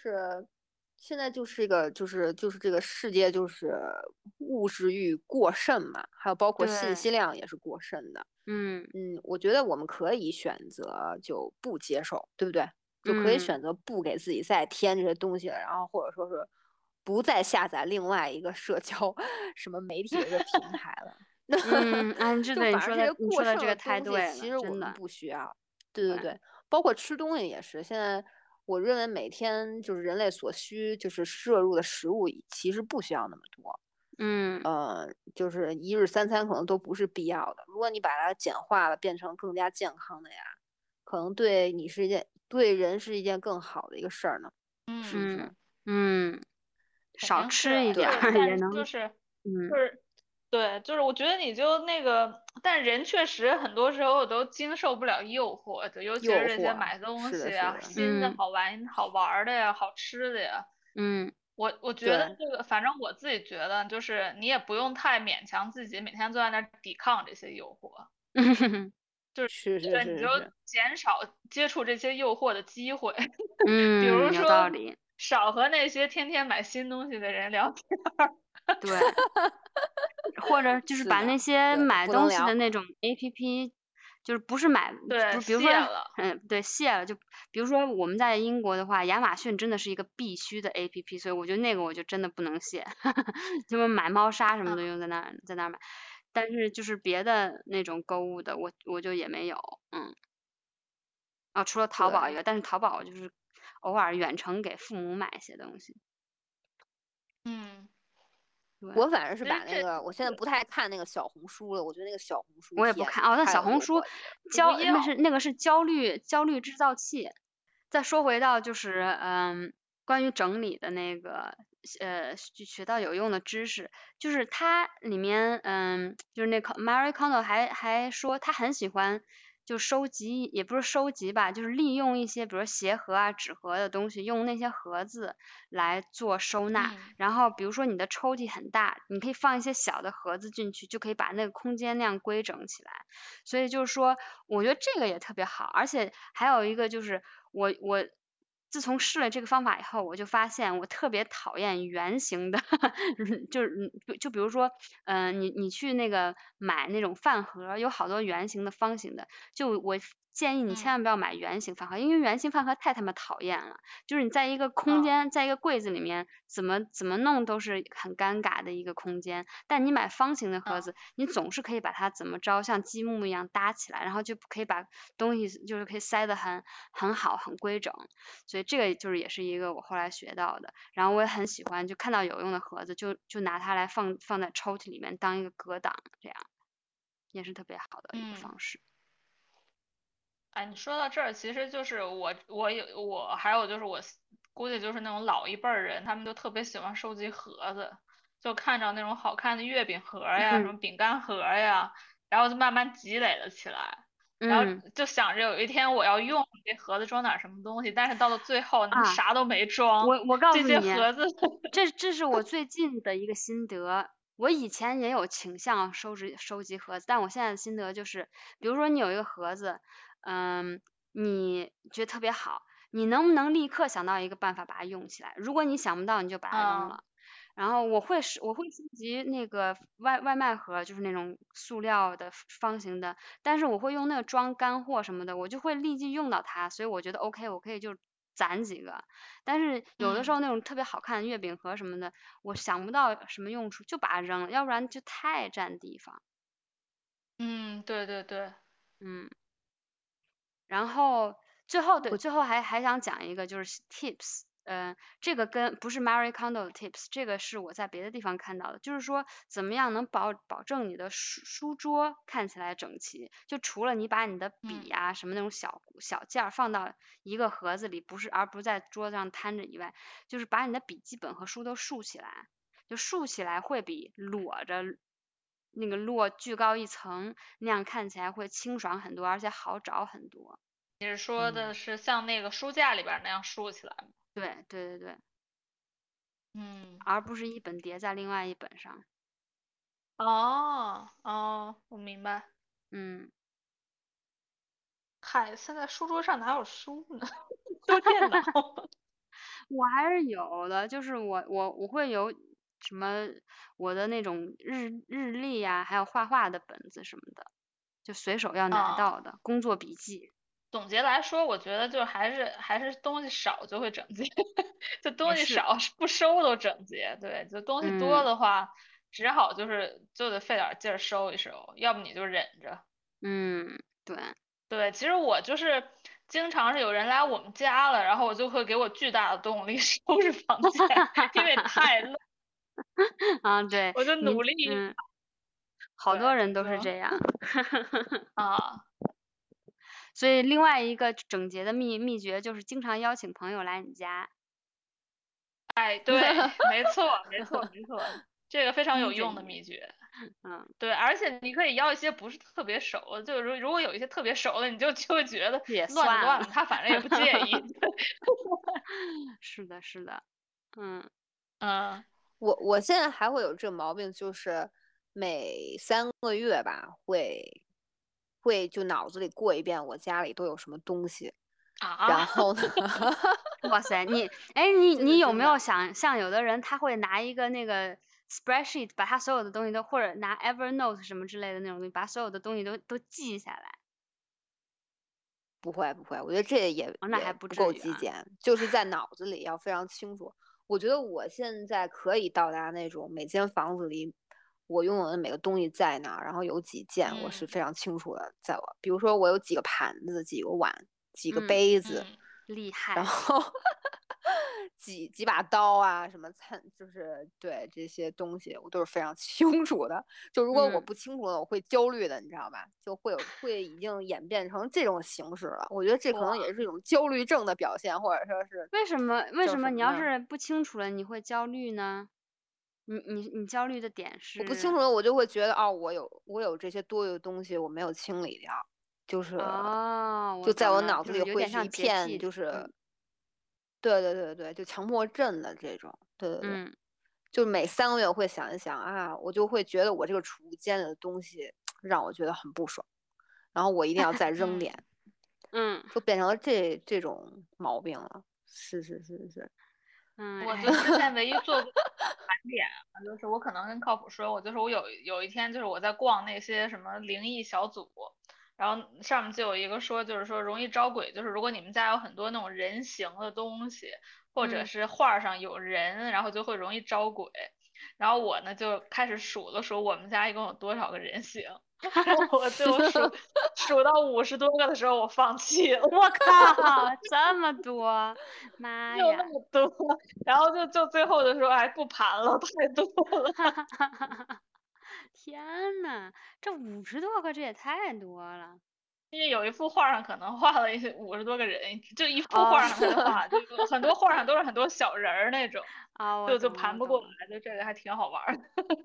现在就是一个，就是就是这个世界就是物质欲过剩嘛，还有包括信对， 息量也是过剩的。 嗯嗯，我觉得我们可以选择就不接受，对不对？就可以嗯选择不给自己再添这些东西了，然后或者说是不再下载另外一个社交什么媒体的这平台了。那嗯，啊，这就对你反正这些说的你过剩说的这个的东西， 太对了， 其实我们真的， 不需要。对对对， 对，包括吃东西也是。现在我认为每天就是人类所需就是摄入的食物，其实不需要那么多。 嗯呃，就是一日三餐可能都不是必要的。如果你把它简化了，变成更加健康的呀，可能对你是一件对人是一件更好的一个事儿呢，是不嗯， 是？ 嗯嗯，少肯定是啊， 对吃一点就是， 儿也能， 但就是嗯就是， 对，就是我觉得你就那个，但人确实很多时候都经受不了诱惑，就尤其诱是这些惑买东是的， 西啊， 是的， 新的嗯好玩好玩儿的呀，好吃的呀。 嗯我我觉得对， 这个，反正我自己觉得，就是你也不用太勉强自己，每天坐在那儿抵抗这些诱惑， 是是对，你就是是， 减少接触这些诱惑的机会，比嗯，有道如说理， 少和那些天天买新东西的人聊天儿。 对。或者就是把那是的， 些对， 买东西的不能聊， 那种 A P P，就是不是买，不对， 是比如说， 谢了。 嗯，对，卸了，就比如说我们在英国的话，亚马逊真的是一个必须的 A P P，所以我觉得那个我就真的不能卸，就是买猫砂什么的嗯用在那儿在那儿买，但是就是别的那种购物的，我我就也没有，嗯，啊，除了淘宝以对。 外，但是淘宝就是偶尔远程给父母买一些东西， 嗯， 对。 我反正是其实这把那个，我现在不太看那个小红书了，我觉得那个小红书天呐， 我也不看哦，那太有诱小红书惑你了。 不焦那是要。 那个是焦虑焦虑制造器。再说回到就是嗯，关于整理的那个呃学学到有用的知识，就是它里面嗯，就是那个 Marie Kondo 还还说他很喜欢就收集，也不是收集吧，就是利用一些比如鞋盒啊、纸盒的东西，用那些盒子来做收纳。 嗯然后比如说你的抽屉很大，你可以放一些小的盒子进去，就可以把那个空间那样规整起来。所以就是说，我觉得这个也特别好，而且还有一个就是我我自从试了这个方法以后，我就发现我特别讨厌圆形的，就是就就比如说，嗯、呃，你你去那个买那种饭盒，有好多圆形的、方形的，就我建议你千嗯万不要买圆形饭盒，因为圆形饭盒太他妈讨厌了。就是你在一个空啊间，在一个柜子里面，怎么怎么弄都是很尴尬的一个空间。但你买方形的盒啊子，你总是可以把它怎么着，像积木一样搭起来，然后就可以把东西就是可以塞得很很好、很规整。所以这个就是也是一个我后来学到的。然后我也很喜欢，就看到有用的盒子，就就拿它来放放在抽屉里面当一个隔挡，这样也是特别好的一个嗯。 方式。 哎，你说到这儿，其实就是我，我有我还有就是我估计就是那种老一辈儿人，他们就特别喜欢收集盒子，就看着那种好看的月饼盒呀，什么饼干盒呀，然后就慢慢积累了起来，然后嗯就想着有一天我要用这盒子装点什么东西，但是到了最后他妈啊， 啥都没装， 我我告这些诉你， 盒子。 这这是我最近的一个心得。我以前也有倾向收集收集盒子，但我现在的心得就是，比如说你有一个盒子，嗯，你觉得特别好，你能不能立刻想到一个办法把它用起来？如果你想不到，你就把它扔嗯了。然后我会是我会收集那个外外卖盒，就是那种塑料的方形的，但是我会用那个装干货什么的，我就会立即用到它，所以我觉得 OK，我可以就攒几个。但是有的时嗯候那种特别好看的月饼盒什么的，我想不到什么用处，就把它扔了，要不然就太占地方。 嗯，对对对。 嗯。然后最后对， 我最后还还想讲一个就是 tips，呃，这个跟不是 Marie Kondo 的 tips，这个是我在别的地方看到的，就是说怎么样能保保证你的书书桌看起来整齐，就除了你把你的笔嗯呀、什么那种小小件儿放到一个盒子里，不是而不是在桌子上摊着以外，就是把你的笔记本和书都竖起来，就竖起来会比裸着那个摞巨高一层那样看起来会清爽很多，而且好找很多。 你是说的嗯， 是像那个书架里边儿那样竖起来吗？ 对对对对， 嗯。 而不是一本叠在另外一本上。 哦哦，我明白。 嗯， 嗨，现在书桌上哪有书呢？都电脑。 我还是有的，就是我我我会有什么我的那种日日历呀、还有画画的本子什么的，就随手要拿啊、 到的工作笔记总结来说，我觉得就还是还是东西少就会整洁，就东西也是。 少不收都整洁。对，就东西多嗯的话，只好就是就得费点劲儿收一收，要不你就忍着。 嗯，对对，其实我就是经常是有人来我们家了，然后我就会给我巨大的动力收拾房间，因为太累， 啊，对我就你努力。 嗯，好多对， 人就就都是这样。 啊。 所以另外一个整洁的秘秘诀就是经常邀请朋友来你家， 哎，对，没错，没错，没错，这个非常有用的一整洁。 秘诀。 嗯， 对，而且你可以要一些不是特别熟的，就是如如果有一些特别熟的，你就就会觉得也乱算了就乱了，他反正也不介意。 是的，是的，嗯嗯我我现在还会有这毛病，就是每三个月吧，会会就脑子里过一遍我家里都有什么东西， 啊， 然后呢， 哇塞，你哎，你真你有没有的真的想像有的人他会拿一个那个 spreadsheet，把他所有的东西都，或者拿 Evernote 什么之类的那种东西，把所有的东西都都记下来。 不会不会，我觉得这也哦，那还也不不够至于啊。 极简，就是在脑子里要非常清楚。我觉得我现在可以到达那种每间房子里我拥有的每个东西在哪儿，然后有几件，我是嗯非常清楚的。在我，比如说我有几个盘子、几个碗、几个嗯杯子， 嗯， 厉害。 然后几几把刀啊，什么餐，就是对这些东西我都是非常清楚的。就如果我嗯不清楚了，我会焦虑的，你知道吧？就会有会已经演变成这种形式了。我觉得这可能也是一种焦虑症的表现，或者说是为什么为叫什么你什么呢？ 要是不清楚了，你会焦虑呢？你你你焦虑的点是？ 我不清楚了，我就会觉得哦，我有我有这些多余的东西，我没有清理掉，就是哦，我就在懂了， 我脑子就是里会是一有点像洁片， 癖。 就是嗯对对对对，就强迫症的这种，对对对。 嗯就每三个月我会想一想啊，我就会觉得我这个储物间里的东西让我觉得很不爽，然后我一定要再扔点， 嗯就变成了这这种毛病了。是是是是， 嗯， 我哎， 就之前唯一做过盘点啊，就是我可能跟靠谱说，我就是我有有一天就是我在逛那些什么灵异小组，然后上面就有一个说，就是说容易招鬼，就是如果你们家有很多那种人形的东西，或者嗯是画上有人，然后就会容易招鬼。然后我呢就开始数了数我们家一共有多少个人形，然后我最后数数到五十多个的时候，我放弃了。 我靠，这么多，妈有那呀！ 么多，然后就就最后的时候还不盘了，太多了。 哈哈哈哈哈！天呐，这五十多个，这也太多了。 因为有一幅画上可能画了五十多个人，就一幅哦， 画上他就画，就很多画上都是很多小人儿那种， 啊，我就就懂了，我盘不过懂了。 来，就这个还挺好玩儿的。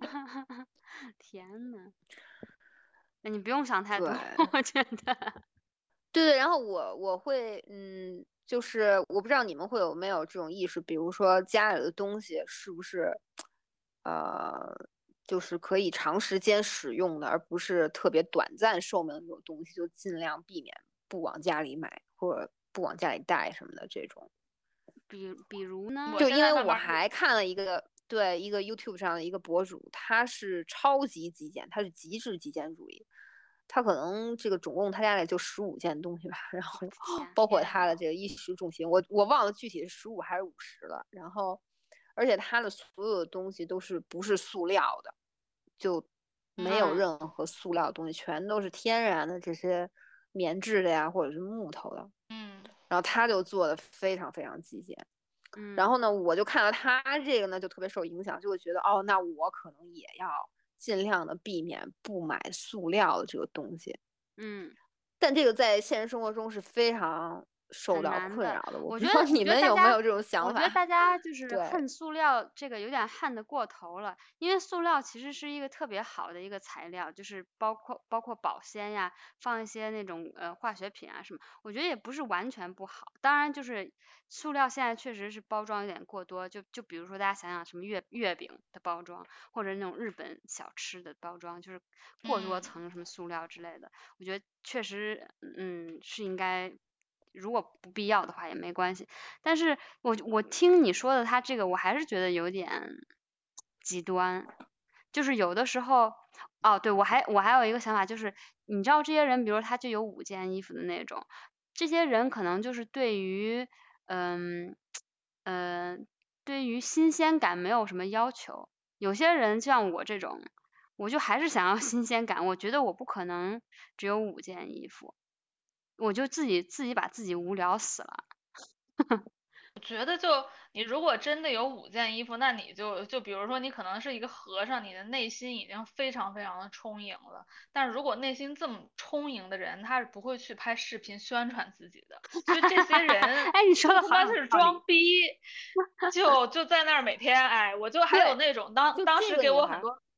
天呐，那你不用想太多， 对我觉得。 对对。然后我我会嗯，就是我不知道你们会有没有这种意识，比如说家里的东西是不是呃，就是可以长时间使用的，而不是特别短暂寿命的这种东西，就尽量避免不往家里买或者不往家里带什么的这种。 比比如呢？ 我现在就因为慢慢就我还看了一个对一个 YouTube 上的一个博主，他是超级极简，他是极致极简主义。他可能这个总共他家里就十五件东西吧，然后天包括天呐， 他的这个衣食住行，我我忘了具体是十五还是五十了。然后，而且他的所有的东西都是不是塑料的，就没有嗯任何塑料的东西，全都是天然的这些棉质的呀，或者是木头的。 嗯然后他就做的非常非常极简。然嗯后呢，我就看到他这个呢，就特别受影响，就会觉得哦，那我可能也要尽量的避免不买塑料的这个东西。 嗯， 但这个在现实生活中是非常受很到难的。 困扰的。我我觉得， 不知道我你们觉得大家， 有没有这种想我觉得法？ 大家就是对， 恨塑料这个有点恨得过头了，因为塑料其实是一个特别好的一个材料，就是包括包括保鲜呀，放一些那种呃化学品啊什么，我觉得也不是完全不好。当然就是塑料现在确实是包装有点过多，就就比如说大家想想什么月月饼的包装，或者那种日本小吃的包装，就是过多嗯， 层什么塑料之类的，我觉得确实嗯是应该。如果不必要的话也没关系，但是我我听你说的他这个，我还是觉得有点极端，就是有的时候，哦，对，我还我还有一个想法，就是你知道这些人，比如他就有五件衣服的那种，这些人可能就是对于嗯嗯、呃对于新鲜感没有什么要求，有些人像我这种，我就还是想要新鲜感，我觉得我不可能只有五件衣服。我就自己自己把自己无聊死了。 我觉得就你如果真的有五件衣服，那你就就比如说你可能是一个和尚，你的内心已经非常非常的充盈了。但是如果内心这么充盈的人，他是不会去拍视频宣传自己的。所以这些人哎，你说的好就他妈是有道理。 装逼，就就在那儿每天哎，我就还有对， 那种当就这当时给个女孩。 我很多。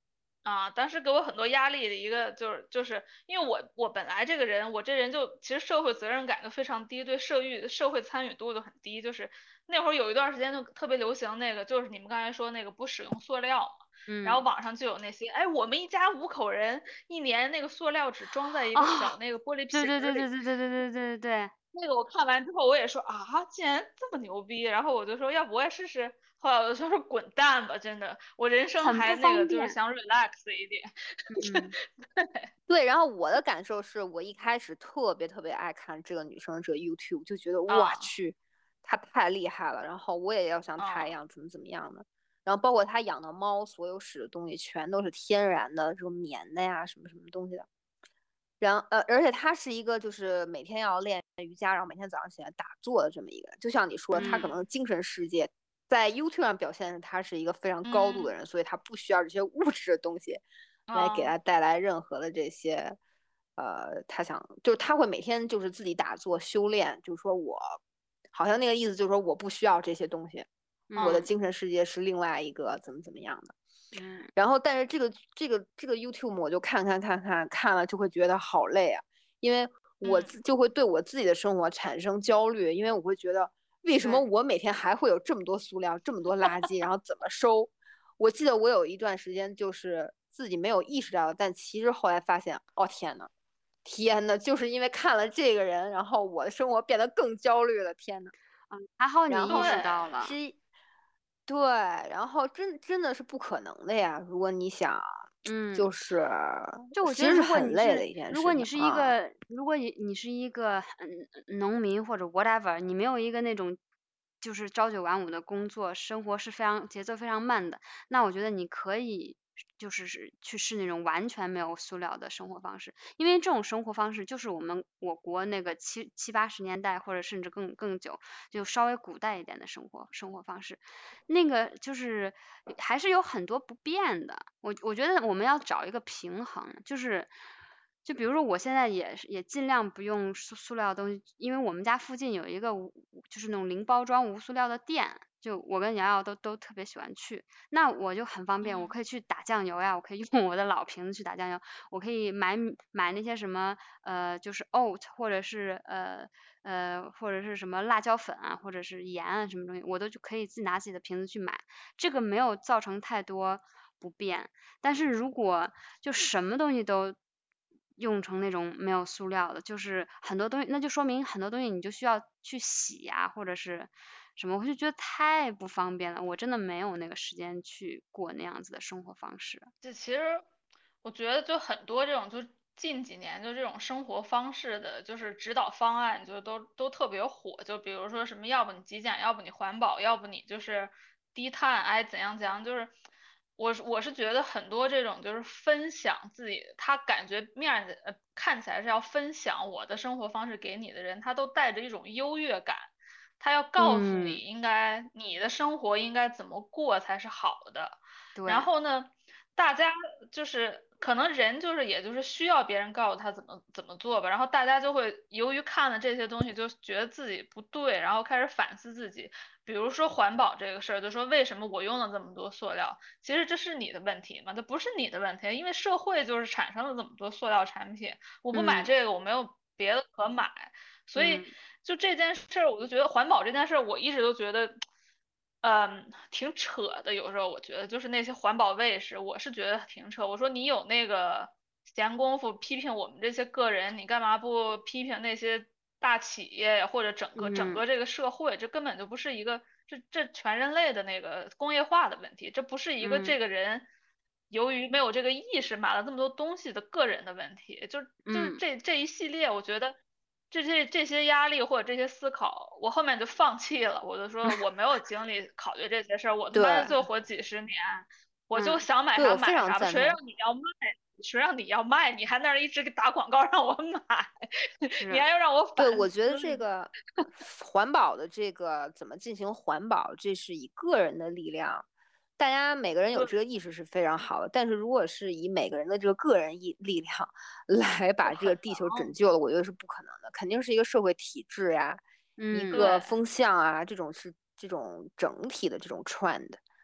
啊，当时给我很多压力的一个就是就是因为我我本来这个人，我这人就其实社会责任感就非常低，对社域社会参与度就很低。就是那会儿有一段时间就特别流行那个，就是你们刚才说那个不使用塑料嘛，然后嗯， 网上就有那些，哎，我们一家五口人一年那个塑料只装在一个小哦， 那个玻璃对对对对瓶儿里。 对对对对对对， 那个我看完之后，我也说啊，竟然这么牛逼，然后我就说，要不我也试试。后来我就说滚蛋吧，真的，我人生很不还那个方便。 就是想 relax 一点。 嗯对，然后我的感受是我一开始特别特别爱看这个女生这个 YouTube，就觉得我啊去，她太厉害了，然后我也要像她一啊样怎么怎么样的。然后包括她养的猫，所有使的东西全都是天然的，这种棉的呀，什么什么东西的。然后呃，而且她是一个就是每天要练瑜伽，然后每天早上起来打坐的这么一个人。就像你说，她可嗯能精神世界在 YouTube 上表现她是一个非常高度的嗯人，所以她不需要这些物质的东西来给啊她带来任何的这些。呃，他想就是他会每天就是自己打坐修炼，就是说我好像那个意思就是说我不需要这些东西，我的嗯精神世界是另外一个怎么怎么样的。 嗯然后，但是这个这个这个 YouTube 我就看看看看看了，就会觉得好累啊，因为我嗯自就会对我自己的生活产生焦虑，因为我会觉得为什么对， 我每天还会有这么多塑料，这么多垃圾，然后怎么收？我记得我有一段时间就是自己没有意识到，但其实后来发现，哦天呐，天呐，就是因为看了这个人，然后我的生活变得更焦虑了，天呐。 嗯，还好你意然后识到对了。 是，对，然后真真的是不可能的呀。如果你想， 嗯， 就是就我觉得， 其实是如果很累的你是， 一件事如果你是一情啊。 个，如果你你是一个嗯农民或者 whatever，你没有一个那种就是朝九晚五的工作，生活是非常节奏非常慢的，那我觉得你可以就是是去试那种完全没有塑料的生活方式，因为这种生活方式就是我们我国那个七七八十年代或者甚至更更久，就稍微古代一点的生活生活方式。那个就是还是有很多不便的。我我觉得我们要找一个平衡，就是就比如说我现在也是也尽量不用塑塑料的东西，因为我们家附近有一个无就是那种零包装无塑料的店。就我跟瑶瑶都都特别喜欢去，那我就很方便，我嗯可以去打酱油呀，我可以用我的老瓶子去打酱油，我可以买买那些什么呃就是 oat 或者是呃呃或者是什么辣椒粉啊，或者是盐啊什么东西，我都就可以自己拿自己的瓶子去买，这个没有造成太多不便。但是如果就什么东西都用成那种没有塑料的，就是很多东西，那就说明很多东西你就需要去洗呀，或者是什么，我就觉得太不方便了，我真的没有那个时间去过那样子的生活方式。 这其实我觉得就很多这种就近几年就这种生活方式的，就是指导方案，就都都特别火。就比如说什么，要不你极简，要不你环保，要不你就是低碳，哎，怎样怎样。就是我是我是觉得很多这种就是分享自己，他感觉面子呃看起来是要分享我的生活方式给你的人，他都带着一种优越感。他要告诉你嗯， 应该你的生活应该怎么过才是好的。然对， 后呢，大家就是可能人就是也就是需要别人告诉他怎么怎么做吧，然后大家就会由于看了这些东西，就觉得自己不对，然后开始反思自己。比如说环保这个事儿，就说为什么我用了这么多塑料？其实这是你的问题吗？这不是你的问题，因为社会就是产生了这么多塑料产品，我不买嗯这个，我没有别的可买。所以嗯就这件事儿，我就觉得环保这件事儿，我一直都觉得，嗯，挺扯的。有时候我觉得，就是那些环保卫士，我是觉得挺扯。我说你有那个闲工夫批评我们这些个人，你干嘛不批评那些大企业呀，或者整个整嗯个这个社会？这根本就不是一个，这这全人类的那个工业化的问题，这不是一个嗯这个人。由于没有这个意识，买了这么多东西的个人的问题，就就是嗯， 这这一系列，我觉得这些这些压力或者这些思考，我后面就放弃了，我就说我没有精力考虑这些事儿，我他妈的对就活几十年，我就嗯想买对，我非啥买啥吧，谁让常赞同。 你要卖，谁让你要卖，你还那儿一直给打广告让我买，你是， 还要让我对， 反思， 我觉得这个环保的这个怎么进行环保，这是以个人的力量，大家每个人有对， 这个意识是非常好的。但是如果是以每个人的这个个人意力量来把这不可个地球拯能， 救了，我觉得是不可能的，肯定是一个社会体制呀，一嗯个对。 风向啊，这种是这种整体的这种 trend。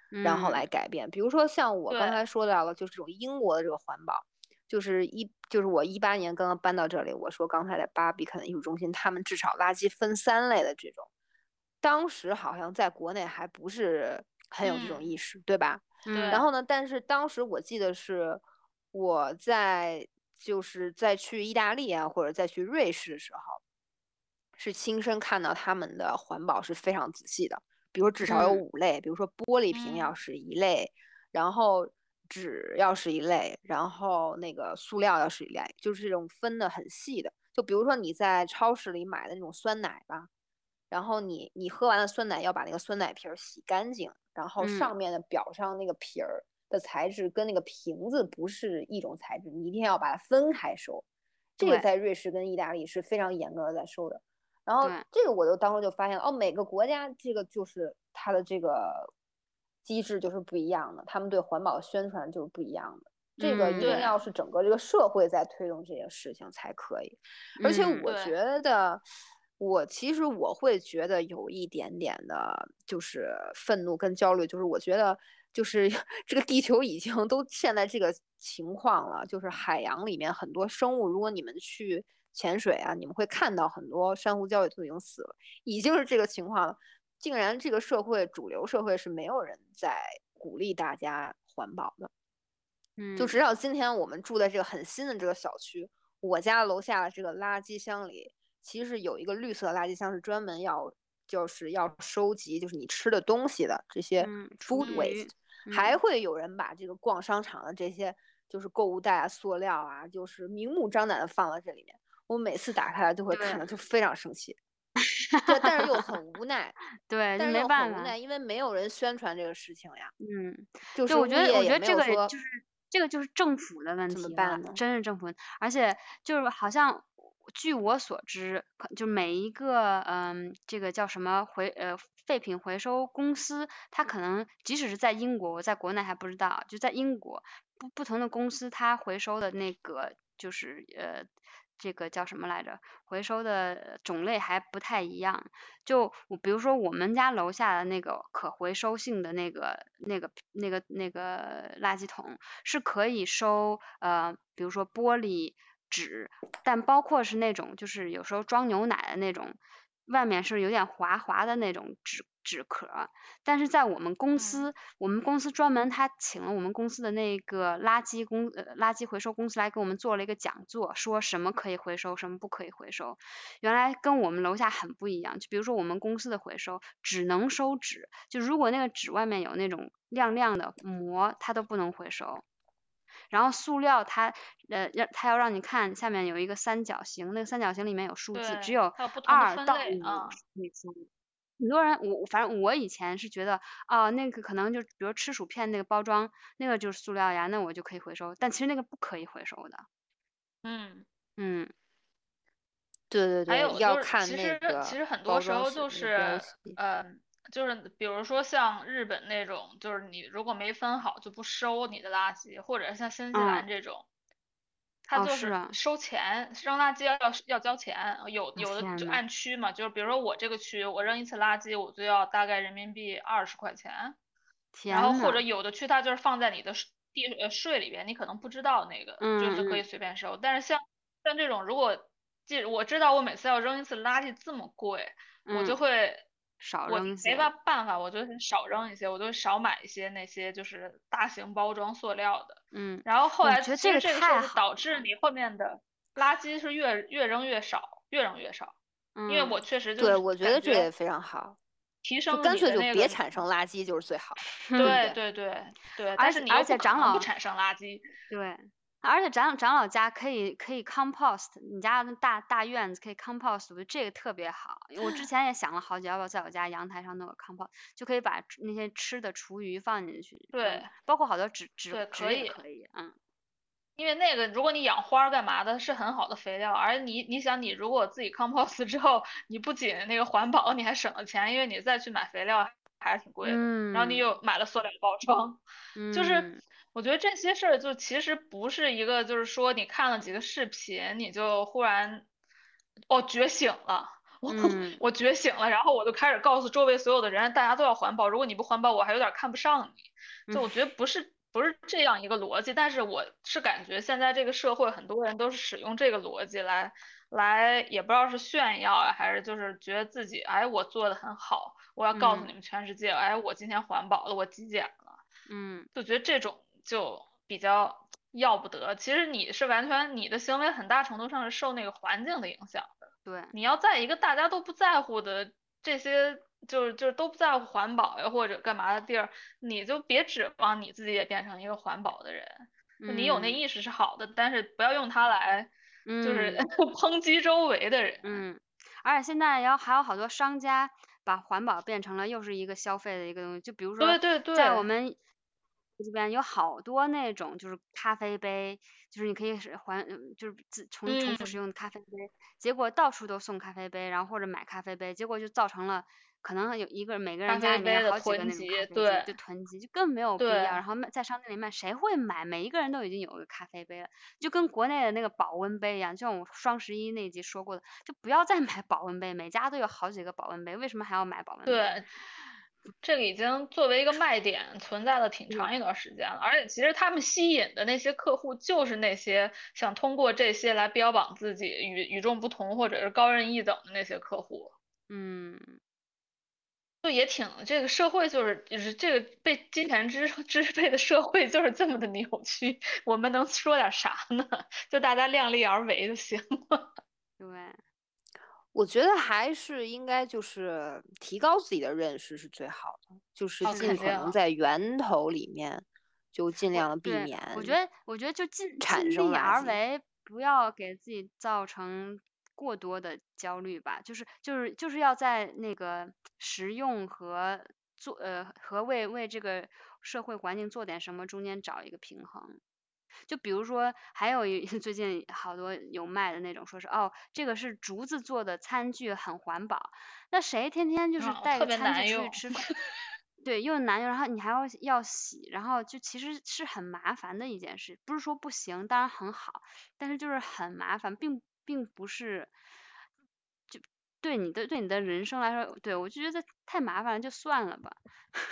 然后来嗯改变。比如说像我刚对才说到了，就是这种英国的这个环保，就是一就是我一八年刚刚搬到这里，我说刚才在巴比肯艺术中心，他们至少垃圾分三类的这种，当时好像在国内还不是很有这种嗯意识，对吧？ 对嗯然后呢，但是当时我记得是我在就是在去意大利啊，或者再去瑞士的时候，是亲身看到他们的环保是非常仔细的。比如说至少有嗯五类，比如说玻璃瓶要嗯是一类，然后纸要是一类，然后那个塑料要是一类，就是这种分的很细的。就比如说你在超市里买的那种酸奶吧，然后你你喝完了酸奶要把那个酸奶瓶儿洗干净，然后嗯上面的表上那个皮儿的材质跟那个瓶子不是一种材质，你一定要把它分开收。这个对在瑞士跟意大利是非常严格的在收的。然后对这个我就当时就发现哦，每个国家这个就是它的这个机制就是不一样的，他们对环保的宣传就是不一样的。这个一定对嗯要是整个这个社会在推动这件事情才可以。而且嗯对我觉得，我其实我会觉得有一点点的，就是愤怒跟焦虑，就是我觉得就是这个地球已经都现在这个情况了，就是海洋里面很多生物，如果你们去潜水啊，你们会看到很多珊瑚礁也都已经死了，已经是这个情况了。竟然这个社会主流社会是没有人在鼓励大家环保的。就嗯直到今天我们住在这个很新的这个小区，我家楼下的这个垃圾箱里，其实有一个绿色垃圾箱是专门要就是要收集就是你吃的东西的这些嗯，厨 food 嗯 waste， 余， 还嗯会有人把这个逛商场的这些就是购物袋啊、塑料啊，就是明目张胆的放在这里面。我每次打开来就会看对， 到，就非常生气。这但是又很无奈， 对，就但是没办法。 又很无奈，因为没有人宣传这个事情呀， 嗯，对， 就是我觉得，我物业也觉得这个没有说就是这个就是政府的问怎么题了， 办呢？ 真是政府，而且就是好像据我所知，可就每一个嗯，这个叫什么回呃废品回收公司，它可能即使是在英国，我在国内还不知道，就在英国不不同的公司，它回收的那个就是呃。这个叫什么来着？回收的种类还不太一样。就我比如说我们家楼下的那个可回收性的那个那个那个那个垃圾桶是可以收呃，比如说玻璃、纸，但包括是那种就是有时候装牛奶的那种，外面是有点滑滑的那种纸纸壳。但是在我们公嗯司，我们公司专门他请了我们公司的那个垃圾公呃垃圾回收公司来给我们做了一个讲座，说什么可以回收，什么不可以回收。原来跟我们楼下很不一样，就比如说我们公司的回收只能收纸，就如果那个纸外面有那种亮亮的膜，它都不能回收。然后塑料它呃让它要让你看下面有一个三角形，那个三角形里面有数字，只对， 有它有不同的二分类到五啊。 是可以收。很多人我反正我以前是觉得啊、那个可能就比如吃薯片那个包装那个就是塑料呀，那我就可以回收，但其实那个不可以回收的。 嗯， 嗯对对还对，要有就是，其看那实其个实很多包时候就装纸那个标是， 识。 呃，就是比如说像日本那种，就是你如果没分好就不收你的垃圾，或者像新西嗯， 兰这种，它哦就是是啊， 收钱，扔垃圾要要交钱，有我有的就天呐， 按区嘛，就是比如说我这个区，我扔一次垃圾我就要大概人民币二十块钱，然后天呐， 或者有的区它就是放在你的税地呃税里边，你可能不知道那个就就可以嗯嗯随便收。但是像像这种，如果记我知道我每次要扔一次垃圾这么贵，我就嗯， 会我少扔一没法些， 办法，我就少扔一些，我就少买一些那些就是大型包装塑料的。 嗯， 然后后我来其觉得这个实这个事儿就太好导致了， 你后面的垃圾是越越扔越少，越扔越少。因为我嗯确实就对， 是我觉得感觉这也非常好， 提升就干脆就你的那个别产生垃圾就是最好的，对不对对？ 对对对，但是你又而且而且不可长老能不产生垃圾。 对，而且长长老家可以可以 compost，你家那大大院子可以 compost，我觉得这个特别好。我之前也想了好久，要不要在我家阳台上弄个 compost，就可以把那些吃的厨余放进去， 对嗯，包括好多纸纸对， 纸可以， 也可以，嗯因为那个如果你养花儿干嘛的，是很好的肥料。而你你想，你如果自己 compost 之后，你不仅那个环保，你还省了钱，因为你再去买肥料还是挺贵的。然后你嗯又买了塑料包装，就是嗯我觉得这些事儿就其实不是一个，就是说你看了几个视频，你就忽然哦觉醒了， 我、 嗯我觉醒了，然后我就开始告诉周围所有的人，大家都要环保，如果你不环保，我还有点看不上你。就嗯我觉得不是不是这样一个逻辑，但是我是感觉现在这个社会很多人都是使用这个逻辑来来，也不知道是炫耀啊，还是就是觉得自己哎我做的很好，我要告诉你嗯们全世界，哎我今天环保了，我极简了。 嗯就觉得这种就比较要不得。其实你是完全你的行为很大程度上是受那个环境的影响的。 对， 你要在一个大家都不在乎的这些，就是就是都不在乎环保呀或者干嘛的地儿，你就别指望你自己也变成一个环保的人。就你有那嗯意识是好的，但是不要用它来就是嗯抨击周围的人。 嗯，而且现在要还有好多商家把环保变成了又是一个消费的一个东西，就比如说对对对在我们这边有好多那种就是咖啡杯，就是你可以是还嗯就是自重重复使嗯， 用的咖啡杯，结果到处都送咖啡杯，然后或者买咖啡杯，结果就造成了可能有一个每个咖人家里面有啡杯的好几个那种囤积， 咖啡机， 对就囤积，就更没有必要。 对然后卖在商店里卖，谁会买？每一个人都已经有一个咖啡杯了。就跟国内的那个保温杯一样，就像我双十一那集说过的，就不要再买保温杯，每家都有好几个保温杯，为什么还要买保温杯？ 对。这个已经作为一个卖点存在了挺对长一段时间了，而且其实他们吸引的那些客户就是那些想通过这些来标榜自己与与众不同或者是高人一等的那些客户。 嗯， 就也挺这个社会就是就是这个被金钱支支配的社会就是这么的扭曲，我们能说点啥呢？就大家量力而为就行了。 对， 我觉得还是应该就是提高自己的认识是最好的，就是哦， 尽肯定。 可能在源头里面就尽我量的避对免我觉得我觉得就尽产尽力生垃圾。 而为，不要给自己造成过多的焦虑吧，就是就是就是要在那个实用和做呃和为为这个社会环境做点什么中间找一个平衡。就比如说，还有一最近好多有卖的那种，说是哦，这个是竹子做的餐具，很环保。那谁天天就是嗯，特别带个餐具难用。 出去吃饭？对，又难用，然后你还要要洗，然后就其实是很麻烦的一件事。不是说不行，当然很好，但是就是很麻烦，并并不是就对你的对你的人生来说，对我就觉得太麻烦了，就算了吧。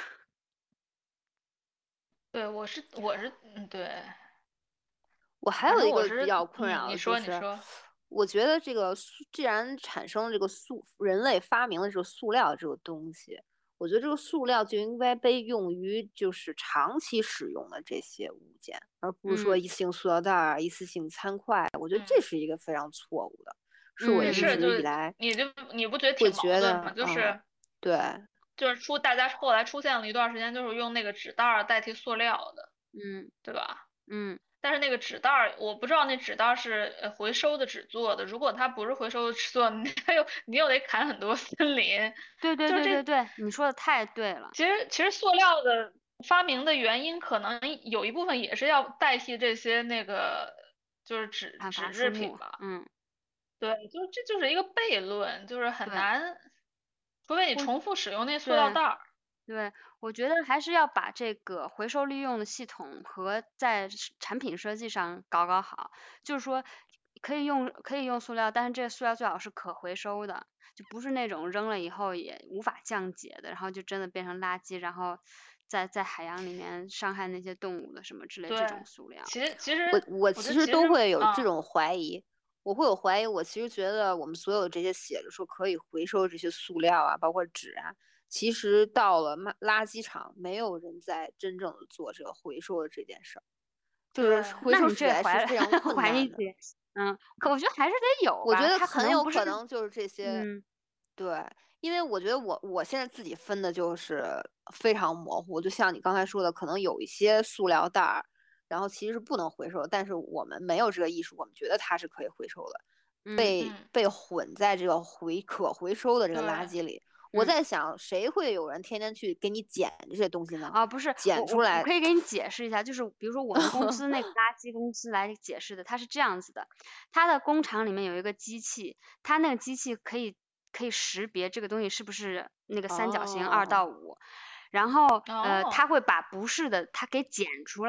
对，我是我是嗯对， 我还反有正我是一个比较困嗯， 扰的你就是， 说你说。 我觉得这个塑既然产生了这个塑人类发明了这个塑料这个东西，我觉得这个塑料就应该被用于就是长期使用的这些物件，而不是说嗯一次性塑料袋儿、一次性餐筷。我觉得这嗯。 是一个非常错误的，是我嗯也是， 一直就是以来你就你不觉得会挺矛盾吗？ 觉得，嗯， 就是对， 就是出大家后来出现了一段时间，就是用那个纸袋儿代替塑料的， 嗯对吧？ 嗯但是那个纸袋儿，我不知道那纸袋儿是呃回收的纸做的。如果它不是回收的纸做的，你还有你又得砍很多森林。 对对就是这对对对，你说的太对了。 其实其实塑料的发明的原因，可能有一部分也是要代替这些那个就是纸砍伐纸制树木， 品吧。 嗯， 对，就这就是一个悖论，就是很对， 难，除非你我重复使用那塑料对袋儿。 对，我觉得还是要把这个回收利用的系统和在是产品设计上搞搞好，就是说可以用可以用塑料，但是这个塑料最好是可回收的，就不是那种扔了以后也无法降解的，然后就真的变成垃圾，然后在在海洋里面伤害那些动物的什么之类这对， 种塑料。 其实其我实我其实我觉得其实都会有这啊， 种怀疑，我会有怀疑。我其实觉得我们所有这些写着说可以回收这些塑料啊，包括纸啊，其实到了垃垃圾场，没有人在真正的做这个回收的这件事儿，就是对， 回那收起来是你这怀非常困难的。 怀疑起，嗯，可我觉得还是得有吧， 我觉得它可能不是， 很有可能就是这些， 嗯对，因为我觉得我我现在自己分的就是非常模糊，就像你刚才说的，可能有一些塑料袋儿，然后其实是不能回收，但是我们没有这个意识，我们觉得它是可以回收的， 嗯被嗯， 被混在这个回可回收的这个垃对。 圾里。我嗯。 在想，谁会有人天天去给你捡这些东西呢？ 啊，不是，我我捡出来， 我可以给你解释一下，就是比如说我们公司那个垃圾公司来解释的，它是这样子的，它的工厂里面有一个机器，它那个机器可以可以识别这个东西是不是那个三角形二哦到五，然后呃， 哦， 它会把不是的它给捡出来，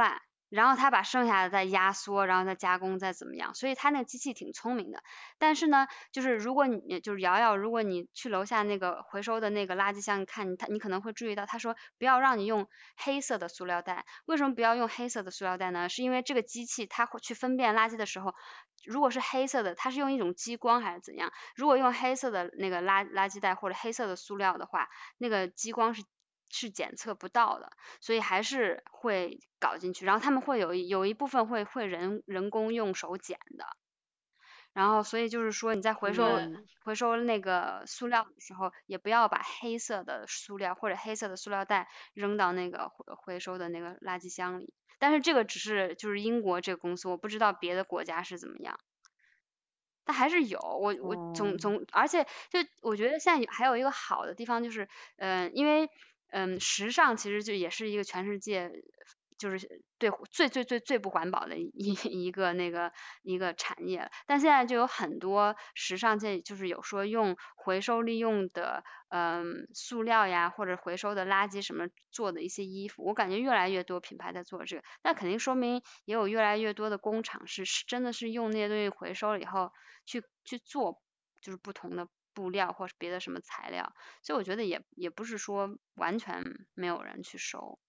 然后他把剩下的再压缩，然后再加工，再怎么样，所以他那个机器挺聪明的。但是呢，就是如果你就是瑶瑶，如果你去楼下那个回收的那个垃圾箱看，他你可能会注意到，他说不要让你用黑色的塑料袋。为什么不要用黑色的塑料袋呢？是因为这个机器它会去分辨垃圾的时候，如果是黑色的，它是用一种激光还是怎样？如果用黑色的那个垃垃圾袋或者黑色的塑料的话，那个激光是是检测不到的，所以还是会搞进去。然后他们会有一有一部分会会人人工用手捡的。然后所以就是说你在回收对， 回收那个塑料的时候，也不要把黑色的塑料或者黑色的塑料袋扔到那个回回收的那个垃圾箱里。但是这个只是就是英国这个公司，我不知道别的国家是怎么样。但还是有，我我总哦， 总，而且就我觉得现在有还有一个好的地方就是，嗯、因为嗯、时尚其实就也是一个全世界就是对最最最最不环保的一一个那个一个产业了。但现在就有很多时尚界就是有说用回收利用的嗯塑料呀或者回收的垃圾什么做的一些衣服，我感觉越来越多品牌在做这个，那肯定说明也有越来越多的工厂是是真的是用那些东西回收了以后去去做就是不同的布料或是别的什么材料，所以我觉得也也不是说完全没有人去收。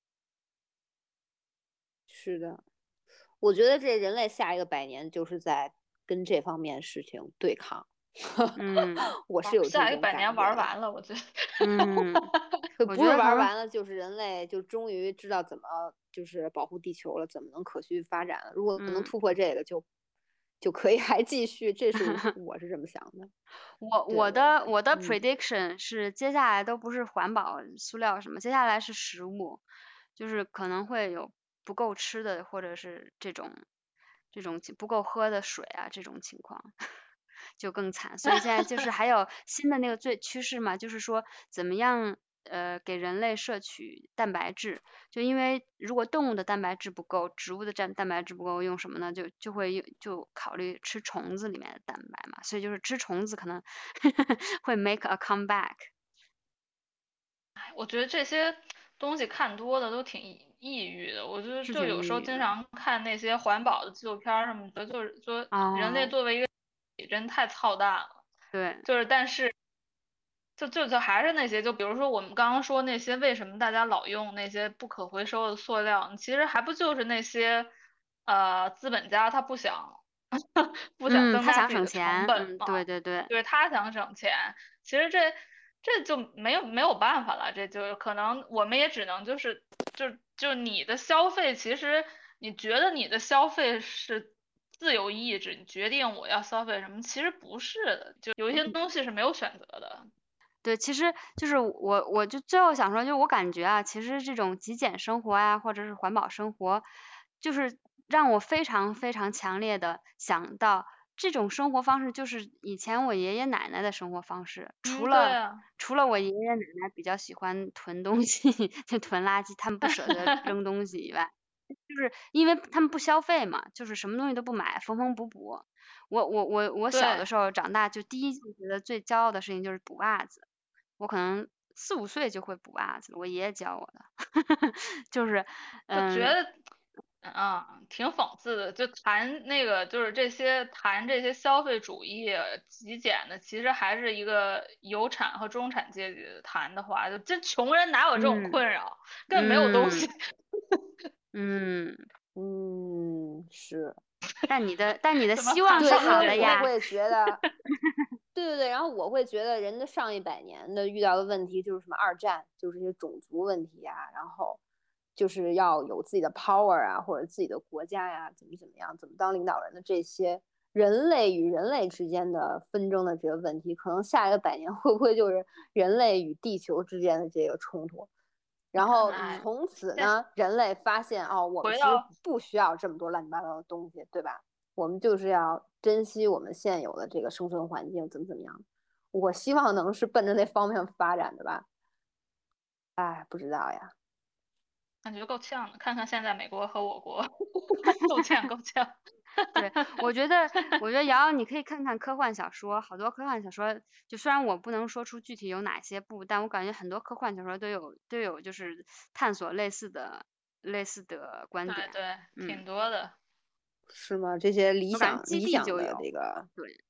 是的，我觉得这人类下一个百年就是在跟这方面事情对抗。 嗯我是有这下一个种百年感觉的。 玩完了，我觉得。 嗯， 就不是我觉得可能玩完了，就是人类就终于知道怎么就是保护地球了，怎么能可续发展了。如果能嗯。 突破这个就，就可以还继续。这是我是这么想的。 我我对对的我的嗯 prediction 是接下来都不是环保塑料什么，接下来是食物，就是可能会有不够吃的，或者是这种这种不够喝的水啊这种情况，就更惨。所以现在就是还有新的那个最趋势嘛，就是说怎么样呃给人类摄取蛋白质，就因为如果动物的蛋白质不够，植物的蛋蛋白质不够，用什么呢？就就会用就考虑吃虫子里面的蛋白嘛，所以就是吃虫子可能会 make a comeback。 我觉得这些东西看多了都挺抑抑郁的。我就是就有时候挺抑郁的。 经常看那些环保的纪录片儿什么的，就是说人类哦， 作为一个人太操蛋了。 对， 就是但是就就就还是那些，就比如说我们刚刚说那些，为什么大家老用那些不可回收的塑料？其实还不就是那些呃资本家他不想不想嗯， 增他想加自己的成省钱，嗯， 本嘛？ 对对对， 对，他想省钱。其实这这就没有没有办法了，这就可能我们也只能就是就就你的消费，其实你觉得你的消费是自由意志，你决定我要消费什么，其实不是的，就有一些东西是没有选择的。 对，其实就是我，我就最后想说，就是我感觉啊，其实这种极简生活啊，或者是环保生活，就是让我非常非常强烈的想到，这种生活方式就是以前我爷爷奶奶的生活方式，除嗯，对了啊。 除了我爷爷奶奶比较喜欢囤东西，就囤垃圾，他们不舍得扔东西以外，就是因为他们不消费嘛，就是什么东西都不买，缝缝补补。我我我我小的对， 时候长大，就第一件觉得最骄傲的事情就是补袜子。我可能四五岁就会补袜子了，我爷爷教我的，就是嗯就觉得，嗯，挺讽刺的。就谈那个，就是这些谈这些消费主义、极简的，其实还是一个有产和中产阶级谈的话，就这穷人哪有这种嗯困扰，根本没有东西。 嗯嗯， 嗯，是。 但你的但你的怎么希望是对， 判断因为了这个？ 好的呀， 我会觉得，对对对，然后我会觉得人的上一百年的遇到的问题就是什么二战，就是这些种族问题呀，然后就是要有自己的 power 啊，或者自己的国家呀，怎么怎么样，怎么当领导人的这些人类与人类之间的纷争的这个问题，可能下一个百年会不会就是人类与地球之间的这个冲突？然后嗯从此但是呢，人类发现哦，我们其实回到不需要这么多乱七八糟的东西，对吧？我们就是要珍惜我们现有的这个生存环境，怎么怎么样？我希望能是奔着那方面发展的吧。哎，不知道呀。 感觉够呛的，看看现在美国和我国，够呛够呛。 对，我觉得，我觉得瑶瑶你可以看看科幻小说，好多科幻小说，就虽然我不能说出具体有哪些部，但我感觉很多科幻小说都有都有就是探索类似的类似的观对点。 对，挺嗯， 多的。 是吗？这些理我感觉想基地理想的就有。 这个， 对，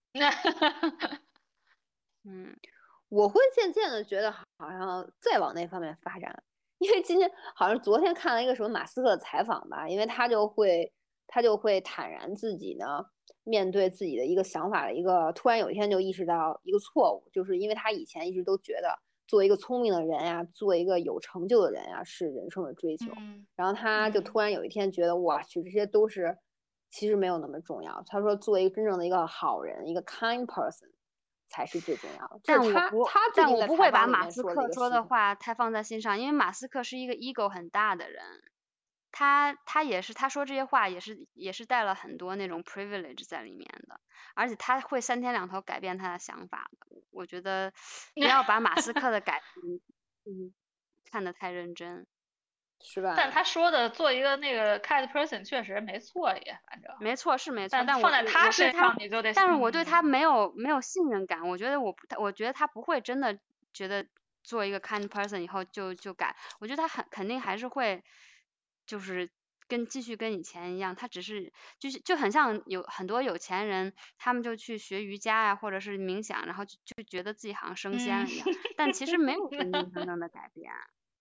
嗯我会渐渐的觉得好像再往那方面发展，因为今天好像昨天看了一个什么马斯克的采访吧，因为他就会他就会坦然自己呢面对自己的一个想法的一个，突然有一天就意识到一个错误，就是因为他以前一直都觉得做一个聪明的人呀，做一个有成就的人呀是人生的追求， 嗯然后他就嗯突然有一天觉得哇去，这些都是其实没有那么重要。他说做一个真正的一个好人，一个 kind person 才是最重要的。这是他但我不， 他最近在但我不会把马采访里面斯克说说的一个事情。 的话太放在心上，因为马斯克是一个 ego 很大的人，他他也是他说这些话也是也是带了很多那种 privilege 在里面的，而且他会三天两头改变他的想法的。我觉得不要把马斯克的改变嗯看得太认真。 是吧？ 但他说的做一个那个 kind person 确实没错也，反正。 没错是没错， 但但我我放在他我对他， 身上你就得， 但是我对他嗯没有没有信任感。我觉得我不太，我觉得他不会真的觉得做一个 kind person 以后就就改。我觉得他很肯定还是会，就是跟继续跟以前一样。他只是就是就很像有很多有钱人，他们就去学瑜伽呀、或者是冥想，然后就就觉得自己好像升仙嗯了一样，但其实没有真真正正的改变。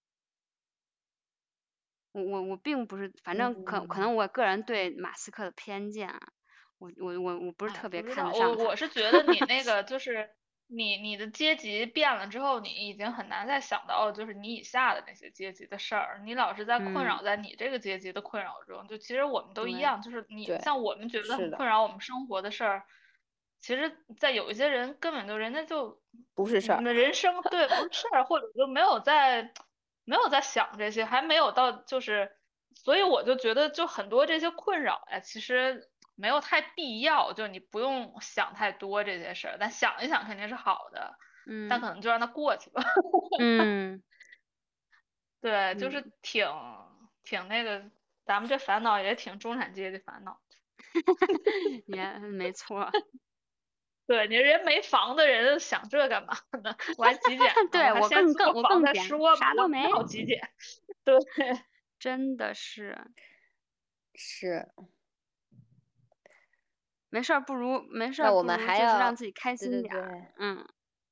我我我并不是，反正可可嗯， 能我个人对马斯克的偏见啊，我我我我不是哎， 特别不知道， 看得上他。 我我是觉得你那个就是你你的阶级变了之后，你已经很难再想到就是你以下的那些阶级的事儿，你老是在困嗯， 扰在你这个阶级的困扰中。就其实我们都一对样，就是你对， 像我们觉得是的， 很困扰我们生活的事儿，其实，在有一些人根本就人家就不是事儿。 你的人生对不是事儿，或者就没有在没有在想这些，还没有到就是，所以我就觉得就很多这些困扰呀，其实没有太必要，就你不用想太多这些事儿，但想一想肯定是好的，但嗯可能就让它过去吧。 嗯对，就嗯， 是挺挺那个，咱们这烦恼也挺中产阶级烦恼。 也没错。 对你人没房的人想这干嘛呢？我还极简呢，我对还我更更先租个房我更简， 再说吧，我啥都没， 好极简。对， 真的是是。 没事儿，不如没事儿， 那我们不如就是让还要， 自己开对对心点儿。 对， 嗯，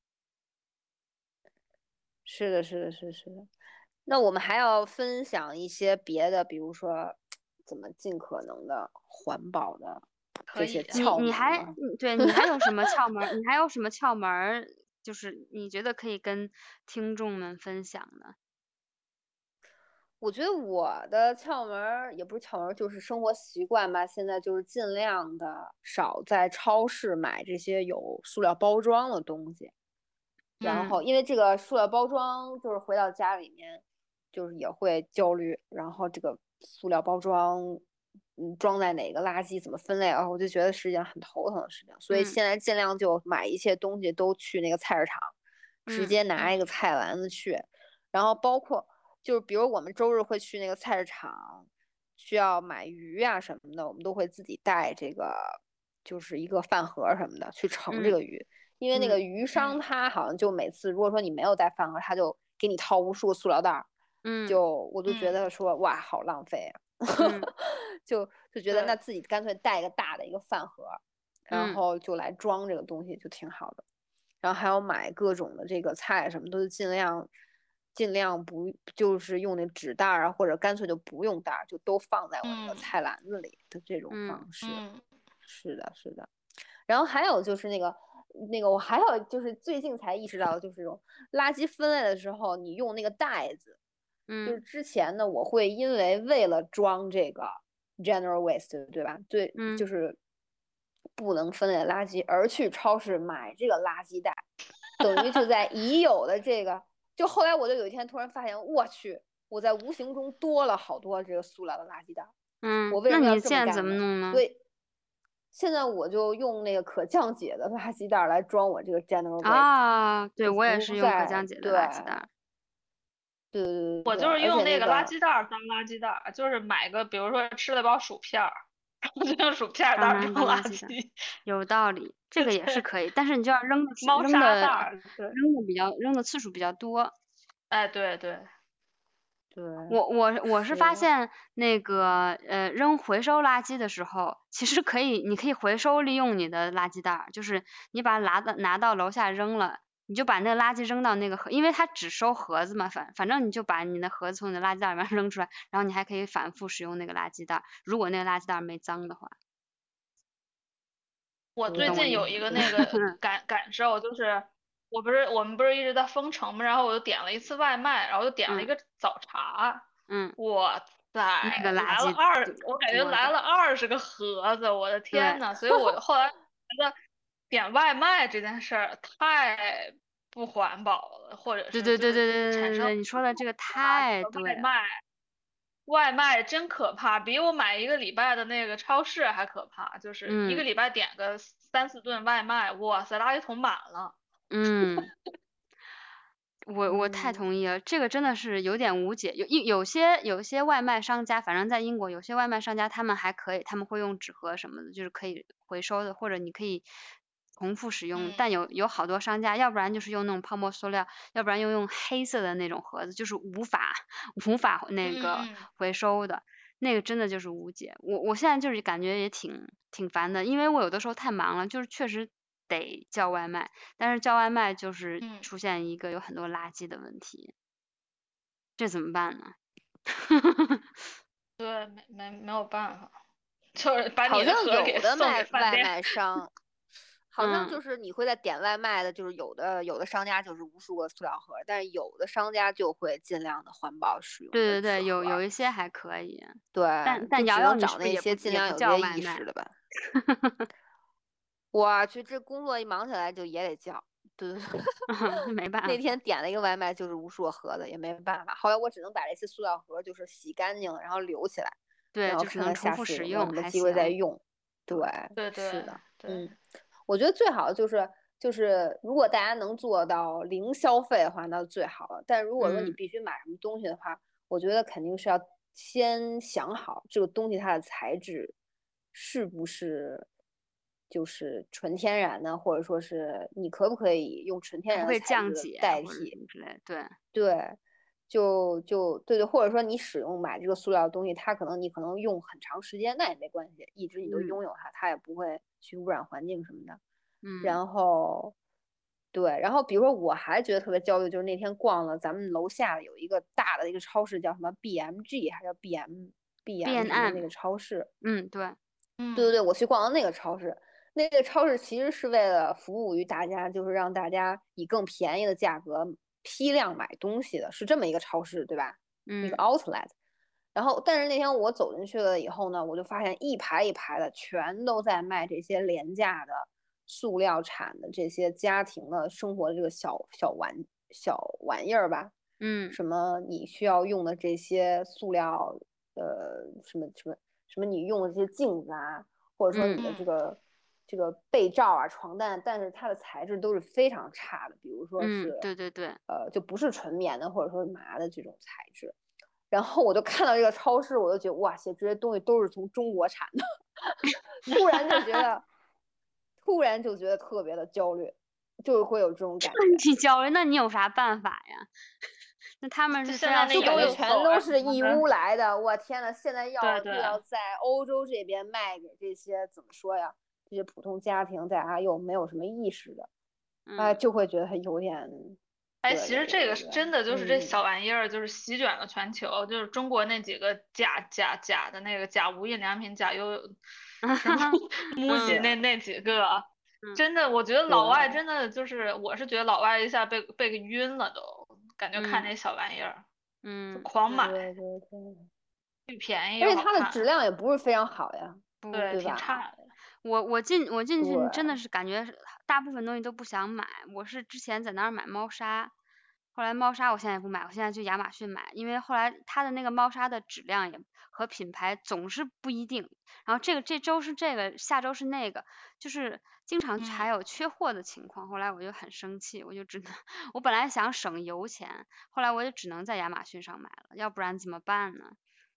是的，是的，是的，是的。那我们还要分享一些别的，比如说怎么尽可能的环保的这些可以呀。 你窍你还门吗？ 你对你还有什么窍门儿？你还有什么窍门儿？就是你觉得可以跟听众们分享的？ 我觉得我的窍门儿也不是窍门儿，就是生活习惯吧。现在就是尽量的少在超市买这些有塑料包装的东西。然后嗯因为这个塑料包装，就是回到家里面，就是也会焦虑。然后这个塑料包装，嗯，装在哪个垃圾怎么分类啊？我就觉得是一件很头疼的事情。所以嗯现在尽量就买一切东西都去那个菜市场，直嗯接拿一个嗯菜篮子去。然后包括就是比如我们周日会去那个菜市场，需要买鱼啊什么的，我们都会自己带这个，就是一个饭盒什么的去盛这嗯个鱼。因为那个嗯鱼商嗯他好像就每次如果说你没有带饭盒，他就给你套无数个塑料袋儿， 嗯就我就觉得嗯说哇好浪费啊， 嗯就就觉得那对， 自己干脆带一个大的一个饭盒，然嗯后就来装这个东西就挺好的。然后还有买各种的这个菜什么都是尽量尽量不就是用那纸袋儿啊，或者干脆就不用袋儿，就都放在我那个嗯菜篮子里的这种嗯方式。 嗯是的，是的。然后还有就是那个那个，我还有就是最近才意识到，就是这种垃圾分类的时候，你用那个袋子，就是嗯之前呢，我会因为为了装这个 general waste，对吧？对，就嗯是不能分类的垃圾，而去超市买这个垃圾袋，等于就在已有的这个，就后来我就有一天突然发现，我去，我在无形中多了好多这个塑料的垃圾袋。我嗯， 为什么要这么那你现在怎干呢？ 么弄呢？ 所以现在我就用那个可降解的垃圾袋来装我这个 general waste， 啊，对， 就我也是不用可再对降解的垃圾袋。 对对对对， 我就是而且用那个垃那个圾袋儿当垃圾袋儿，就是买个比如说吃了包薯片儿，然后就用薯片儿袋当然儿装垃当垃圾袋， 圾。 有道理，这个也是对， 可以，但是你就要扔的次猫扔的砂袋儿，对， 扔的比较扔的次数比较多。 哎对对， 对， 我我我是发是现那个呃扔回收垃圾的时候，其实可以，你可以回收利用你的垃圾袋儿，就是你把它拿到拿到楼下扔了，你就把那个垃圾扔到那个盒，因为它只收盒子嘛，反反正你就把你的盒子从你的垃圾袋里面扔出来，然后你还可以反复使用那个垃圾袋儿，如果那个垃圾袋儿没脏的话。 我最你懂我意思近有一个那个感感受，就是我不是我们不是一直在封城嘛，然后我就点了一次外卖，然后就点了一嗯个早茶， 嗯， 哇塞， 那个垃来了圾二， 多我感觉多的， 来了二十个盒子，我的天对呐，所以我后来觉得点外卖这件事儿太不环保了，或者对是就是对对对对产生对对，你说的这个啊，这个太对了。 外卖。外卖真可怕，比我买一个礼拜的那个超市还可怕。就是一个嗯礼拜点个三四顿外卖，哇塞，垃圾桶满了。 嗯。我我太嗯同意了，这个真的是有点无解。有一有些有些外卖商家，反正在英国有些外卖商家他们还可以，他们会用纸盒什么的，就是可以回收的，或者你可以重复使用。 嗯但有有好多商家，要不然就是用那种泡沫塑料，要不然又用黑色的那种盒子，就是无法无法那嗯个嗯回收的，那个真的就是无解。我我现在就是感觉也挺挺烦的，因为我有的时候太忙了，就是确实得叫外卖。但是叫外卖就是嗯， 出现一个有很多垃圾的问题，这怎么办呢？ 对，没没没有办法，就是把好像你的盒给有的送给卖外饭店。 卖商，好像就嗯， 是你会在点外卖的，就是有的有的商家就是无数个塑料盒，但是有的商家就会尽量的环保使用的对对对，有纸盒。 有一些还可以， 对， 但就但瑶瑶你只能找是不是也不那些尽也不量有这些叫外卖？ 意识的吧。我去，这工作一忙起来就也得叫。对对对， 那没办那法， 天点了一个外卖，就是无数个盒子，也没办法。后来我只能把这些塑料盒就是洗干净了，然后留起来， 对， 然后就只能重看看下复使用次有没有什么还行。 机会再用。对， 对对是的， 对， 嗯，我觉得最好就是就是如果大家能做到零消费的话，那最好了。但如果说你嗯， 必须买什么东西的话，我觉得肯定是要先想好这个东西它的材质是不是就是纯天然的，或者说是你可不可以用纯天然的可不可以材质的降解或者什代替？ 么之类的？对， 对，就就对对，或者说你使用买这个塑料的东西，它可能你可能用很长时间，那也没关系，一直你都嗯拥有它，它也不会去污染环境什么的。 嗯然后，对，然后比如说我还觉得特别焦虑，就是那天逛了咱们楼下有一个大的一个超市，叫什么 B M G 还是叫 B M B M 什么的那 ，B and M， 个超市。 嗯，对， 嗯对对对，我去逛的那个超市，那个超市其实是为了服务于大家，就是让大家以更便宜的价格批量买东西的，是这么一个超市，对吧？一个嗯 outlet。然后，但是那天我走进去了以后呢，我就发现一排一排的全都在卖这些廉价的塑料产的这些家庭的生活的这个小小玩小玩意儿吧。 嗯什么你需要用的这些塑料，呃，什么什么什么你用的这些镜子啊，或者说你的这嗯个这个被罩啊、床单，但是它的材质都是非常差的，比如说嗯， 是对对对， 呃，就不是纯棉的，或者说麻的这种材质。然后我就看到这个超市，我就觉得哇塞，这些东西都是从中国产的，突然就觉得，突然就觉得特别的焦虑，就是会有这种感觉。 你焦虑，那你有啥办法呀？那他们就是非要现在那就感觉悠悠使用， 全都狗啊是义什么的， 乌来的，我天呐，现在对对要就要在欧洲这边卖给这些怎么说呀？这些普通家庭，大家又没有什么意识的，哎、 嗯， 就会觉得有点， 哎， 对对其实这个对对对， 是真的，就是这嗯， 小玩意儿，就是席卷了全球。就是中国那几个假假假的那个假无印良品、假悠悠什么 MUJI 嗯那那几个， 嗯真的，我觉得对老外真的就是，我是觉得老外一下被被给晕了都，感觉看嗯那小玩意儿就嗯， 狂买， 对对对， 又便宜而又且它的质好看， 量也不是非常好呀， 不对， 对吧？ 挺差的。 我我进我进去真对， 的是感觉是大部分东西都不想买。我是之前在那儿买猫砂，后来猫砂我现在也不买，我现在去亚马逊买，因为后来它的那个猫砂的质量也和品牌总是不一定。然后这个这周是这个，下周是那个，就是经常还嗯， 有缺货的情况。后来我就很生气，我就只能我本来想省油钱，后来我就只能在亚马逊上买了，要不然怎么办呢？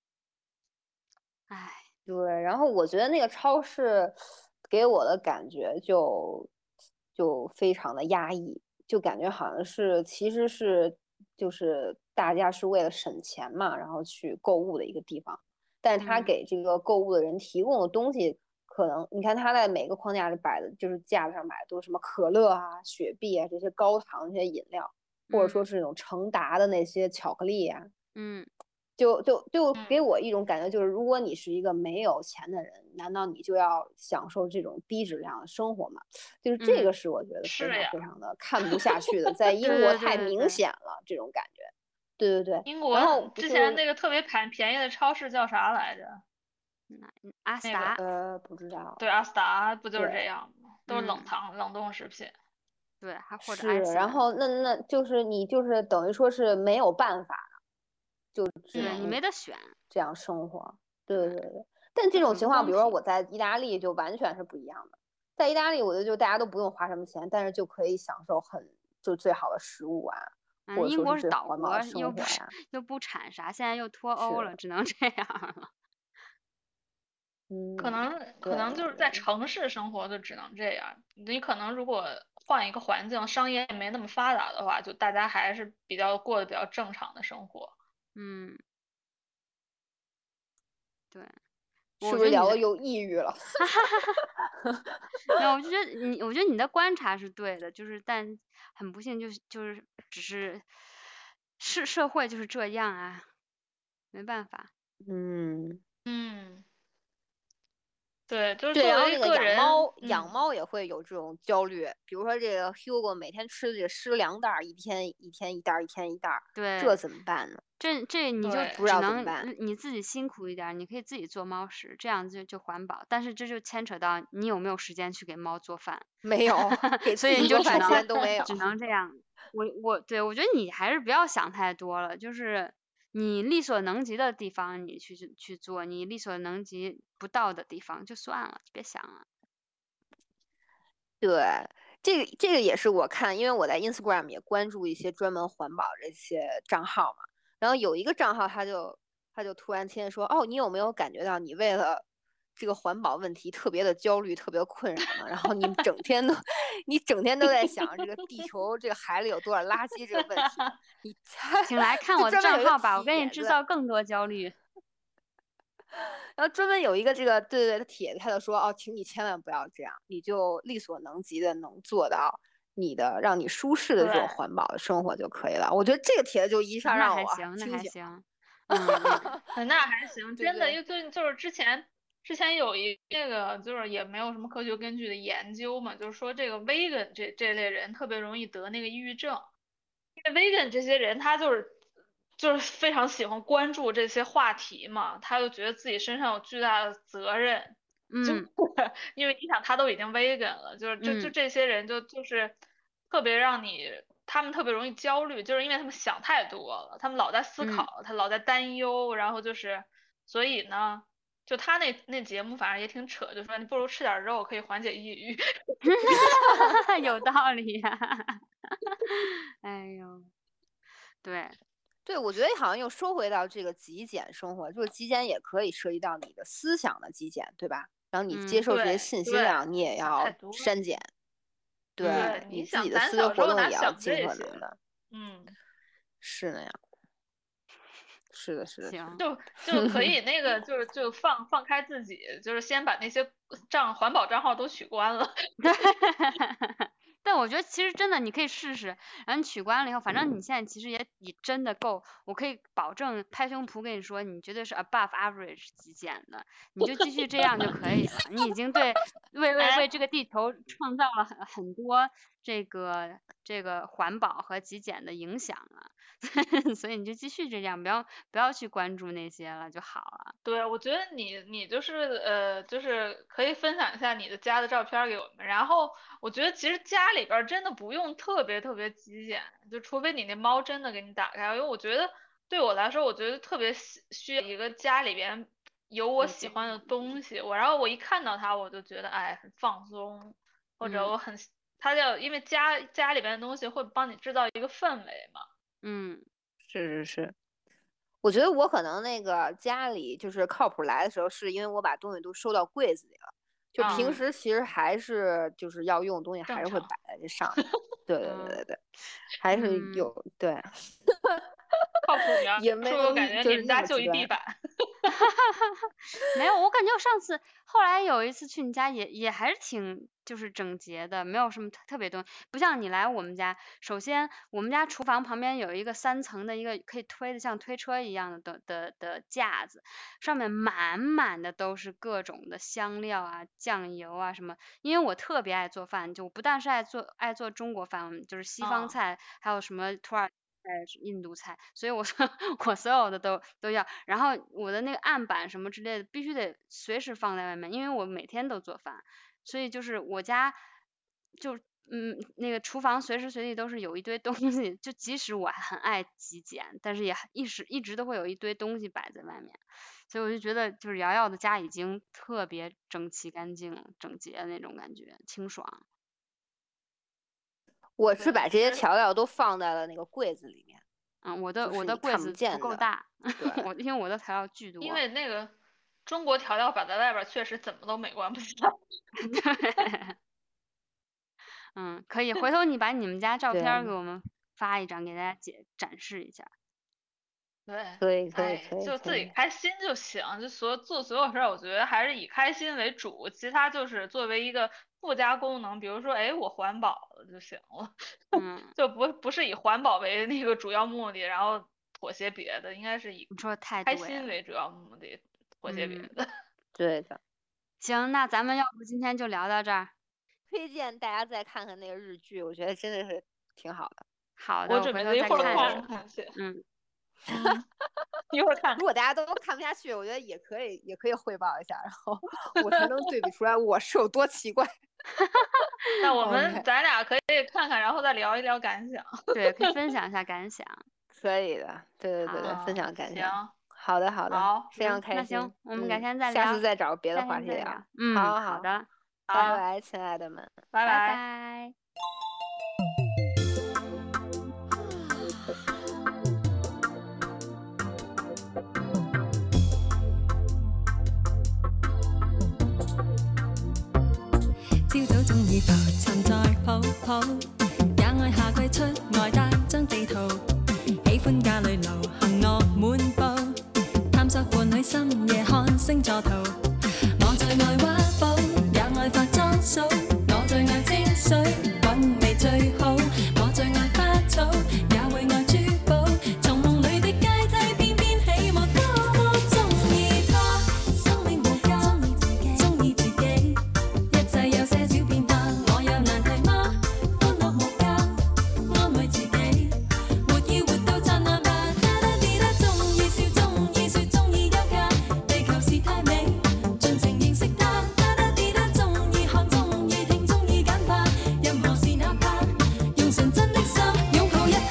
唉， 对，然后我觉得那个超市给我的感觉就就非常的压抑，就感觉好像是其实是就是大家是为了省钱嘛，然后去购物的一个地方。但是他嗯给这个购物的人提供的东西，可能你看他在每个框架里摆的，就是架子上买的都是什么可乐啊、雪碧啊这些高糖这些饮料，或者说嗯是那种成达的那些巧克力啊， 嗯就就就给嗯， 我一种感觉，就是如果你是一个没有钱的人，难道你就要享受这种低质量的生活吗？就是这个嗯， 是我觉得非是呀， 常非常的看不下去的，在英国对对太明对对对， 显了这种感觉。对对对， 英国然后之就是前那个特别便便宜的超市叫啥来着？ 那嗯阿斯那个达， 呃不知道， 对，阿斯达不就是这对样吗？都是冷嗯， 藏冷冻食品。 对，还或者是， 艾斯兰， 然后那那就是你就是等于说是没有办法，就只对你嗯， 能没得选， 这样生活。对对， 对对对，但这就很不种情况，比如说公平。 我在意大利就完全是不一样的。在意大利，我觉得就大家都不用花什么钱，但是就可以享受很就最好的食物啊，或嗯， 者说是英国是最环保的岛国，又不是生活呀。 又不产啥，现在又脱欧是， 了，只能这样了。 可嗯， 能可对能就是在对， 城市生活就只能这样。你可能如果换一个环境，商业没那么发达的话，就大家还是比较过得比较正常的生活。 嗯，对， 是不是我觉得你的， 聊的又抑郁了？ 哈哈哈哈，没有，我就觉得你，我觉得你的观察是对的，就是但很不幸，就是就是只是社社会就是这样啊，没办法。 嗯。 嗯，对，就是对， 作为然后那个个人， 养猫，养嗯， 猫也会有这种焦虑。比如说这个 Hugo 每天吃的这个湿粮袋儿，一天一天一袋儿，一天一袋儿，这对， 怎么办呢？ 这这你就对， 不知道怎么只能办。 嗯你自己辛苦一点儿，你可以自己做猫食，这样就就环保。但是这就牵扯到你有没有时间去给猫做饭， 没有，给所以你自己做饭时就只能间都没有。 只能这样。我我对我觉得你还是不要想太多了，就是你力所能及的地方你去去去做，你力所能及不到的地方就算了，别想了。 对，这个这个也是我看，因为我在 Instagram 也关注一些专门环保这些账号嘛。然后有一个账号，他就他就突然间说：“哦，你有没有感觉到你为了这个环保问题特别的焦虑、特别的困扰呢？然后你整天都你整天都在想这个地球这个海里有多少垃圾这个问题呢？你请来看我的就专门有一个账号吧，我给你帖子， 制造更多焦虑。 然后专门有一个这个对对对，帖子他就说哦，请你千万不要这样，你就力所能及的能做到你的让你舒适的这种对， 环保的生活就可以了。我觉得这个帖子就一下那让我还行，那清醒了。 还行。嗯嗯对那还行，真的，因对对为最近就是之前之前有一那个就是也没有什么科学根据的研究嘛，就是说这个 vegan 这这类人特别容易得那个抑郁症。因为 vegan 这些人他就是就是非常喜欢关注这些话题嘛，他就觉得自己身上有巨大的责任，就嗯因为你想他都已经 vegan 了，就是就就嗯这些人就就是特别让你他们特别容易焦虑，就是因为他们想太多了，他们老在思嗯， 考，他老在担忧，然后就是所以呢。就他那那节目，反正也挺扯，就说你不如吃点肉，可以缓解抑郁。 有道理呀、哎呦，对， 对，我觉得好像又说回到这个极简生活，就是极简也可以涉及到你的思想的极简，对吧？然后你接嗯受这些对对， 信息量，你也想太要多了。 删减， 嗯对对，你想， 你自己的咱思维活小时候哪动也要尽想这些？ 可能的， 嗯。 是那样。是的，是的，是的。 行， 就就可以那个就是就放放开自己，就是先把那些账环保账号都取关了。 对。但我觉得其实真的你可以试试，然后你取关了以后，反正你现在其实也也真的够，我可以保证拍胸脯跟你说，你绝对是 above average 极简的，你就继续这样就可以了。你已经对为为为哎， 这个地球创造了很很多这个这个环保和极简的影响了，所以你就继续这样，不要不要去关注那些了就好了。 对，我觉得你你就是呃，就是可以分享一下你的家的照片儿给我们。然后我觉得其实家里边儿真的不用特别特别极简，就除非你那猫真的给你打开，因为我觉得对我来说，我觉得特别需需要一个家里边有我有家， 喜欢的东西。我然后我一看到它，我就觉得哎很放松，或者嗯我很它叫因为家家里边的东西会帮你制造一个氛围嘛。 嗯是是是。我觉得我可能那个家里就是靠谱来的时候，是因为我把东西都收到柜子里了。就平嗯， 嗯时其实还是就是要用的东西还正常。 是会摆在这上面。对对对嗯对对，还是嗯。 有对。 靠谱苗， 也没是不是感觉就你们家是那么极端就一地板？ 没有，我感觉我上次后来有一次去你家也也还是挺就是整洁的，没有什么特特别东西，不像你来我们家。首先我们家厨房旁边有一个三层的一个可以推的像推车一样的的的的架子，上面满满的都是各种的香料啊、酱油啊什么。因为我特别爱做饭，就不但是爱做爱做中国饭，就是西方哦菜，还有什么土耳其菜、印度菜，所以我说我所有的都都要。然后我的那个案板什么之类的，必须得随时放在外面，因为我每天都做饭，所以就是我家就嗯那个厨房随时随地都是有一堆东西，就即使我很爱极简，但是也一直一直都会有一堆东西摆在外面，所以我就觉得就是瑶瑶的家已经特别整齐干净、整洁的那种感觉，清爽。 我是对把这些是调料都放在了那个柜子里面， 嗯，我的就是我的你看不柜子不见的。 够大， 对， 我因为我的调料巨多。 因为那个中国调料摆在外边，确实怎么都美观不起来。 对，嗯，可以，回头你把你们家照对片儿给我们发一张，给大家解展示一下。 对， 可以可以哎， 可以就自己可以。 开心就行，就所做所有事儿，我觉得还是以开心为主，其他就是作为一个附加功能，比如说，哎，我环保了就行了， 嗯， 就不不是以环保为那个主要目的，然后妥协别的，应该是以你说的太开对了。 心为主要目的，妥协别嗯， 的。 对的， 行，那咱们要不今天就聊到这儿。 推荐大家再看看那个日剧，我觉得真的是挺好的。 好的， 我我回头再准备一会儿看一下。 看看去， 嗯， 嗯，一会儿看如。果大家都看不下去，我觉得也可以，也可以汇报一下，然后我才能对比出来我是有多奇怪。 那我们 OK 咱俩可以看看，然后再聊一聊感想。 对，可以分享一下感想。 可以的，对对对对， 好分享感想。 行， 好的好的， 好非常行， 开心。 那行，我们改嗯天再聊。 下次再找别的下话题聊。 天再聊。嗯， 好好， 好的， 好， 拜拜，亲爱的们。 拜拜拜。 拜。 朝早中意浮沉在抱抱，也愛夏季出外帶張地圖，喜歡家裏流行樂滿布，探索伴侶深夜看星座圖。我最愛畫布，也愛化妝掃，我最愛清水韻味最好，我最愛花草，也會愛珠寶，從夢裏的階梯翩翩起舞，多麼鍾意它，生命無價，鍾意自己，一切有些小變化，我有難題嗎？歡樂無價，安慰自己，活要活到燦爛吧，啦啦啲啦，鍾意笑，鍾意説，鍾意休假，地球是太美，盡情認識它，啦啦啲啦，鍾意看，鍾意聽，鍾意簡化，任何事哪怕用純真的心擁抱一下。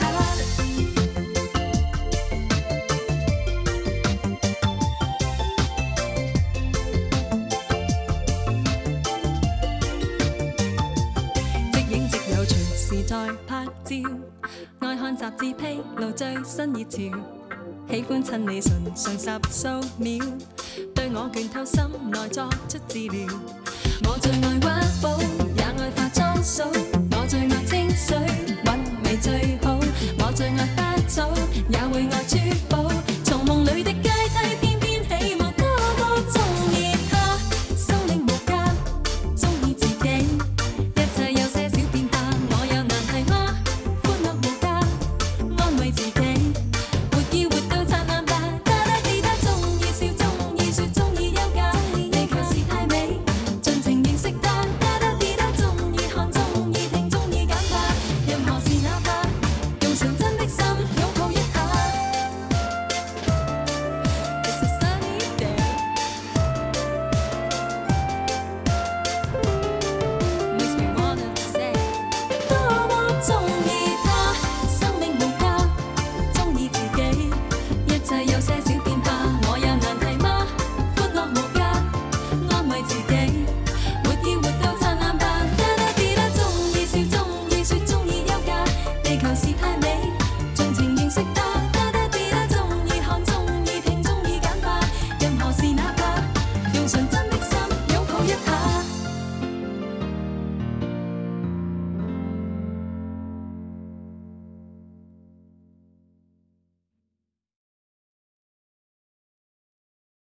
即影即有，隨時在拍照，愛看雜誌披露最新熱潮，喜歡親你唇上十數秒，對我倦透心內作出治療。我最愛畫布，也愛化妝掃，我最愛清水韻味最好，我最愛花草，也會愛珠寶，從夢裏的街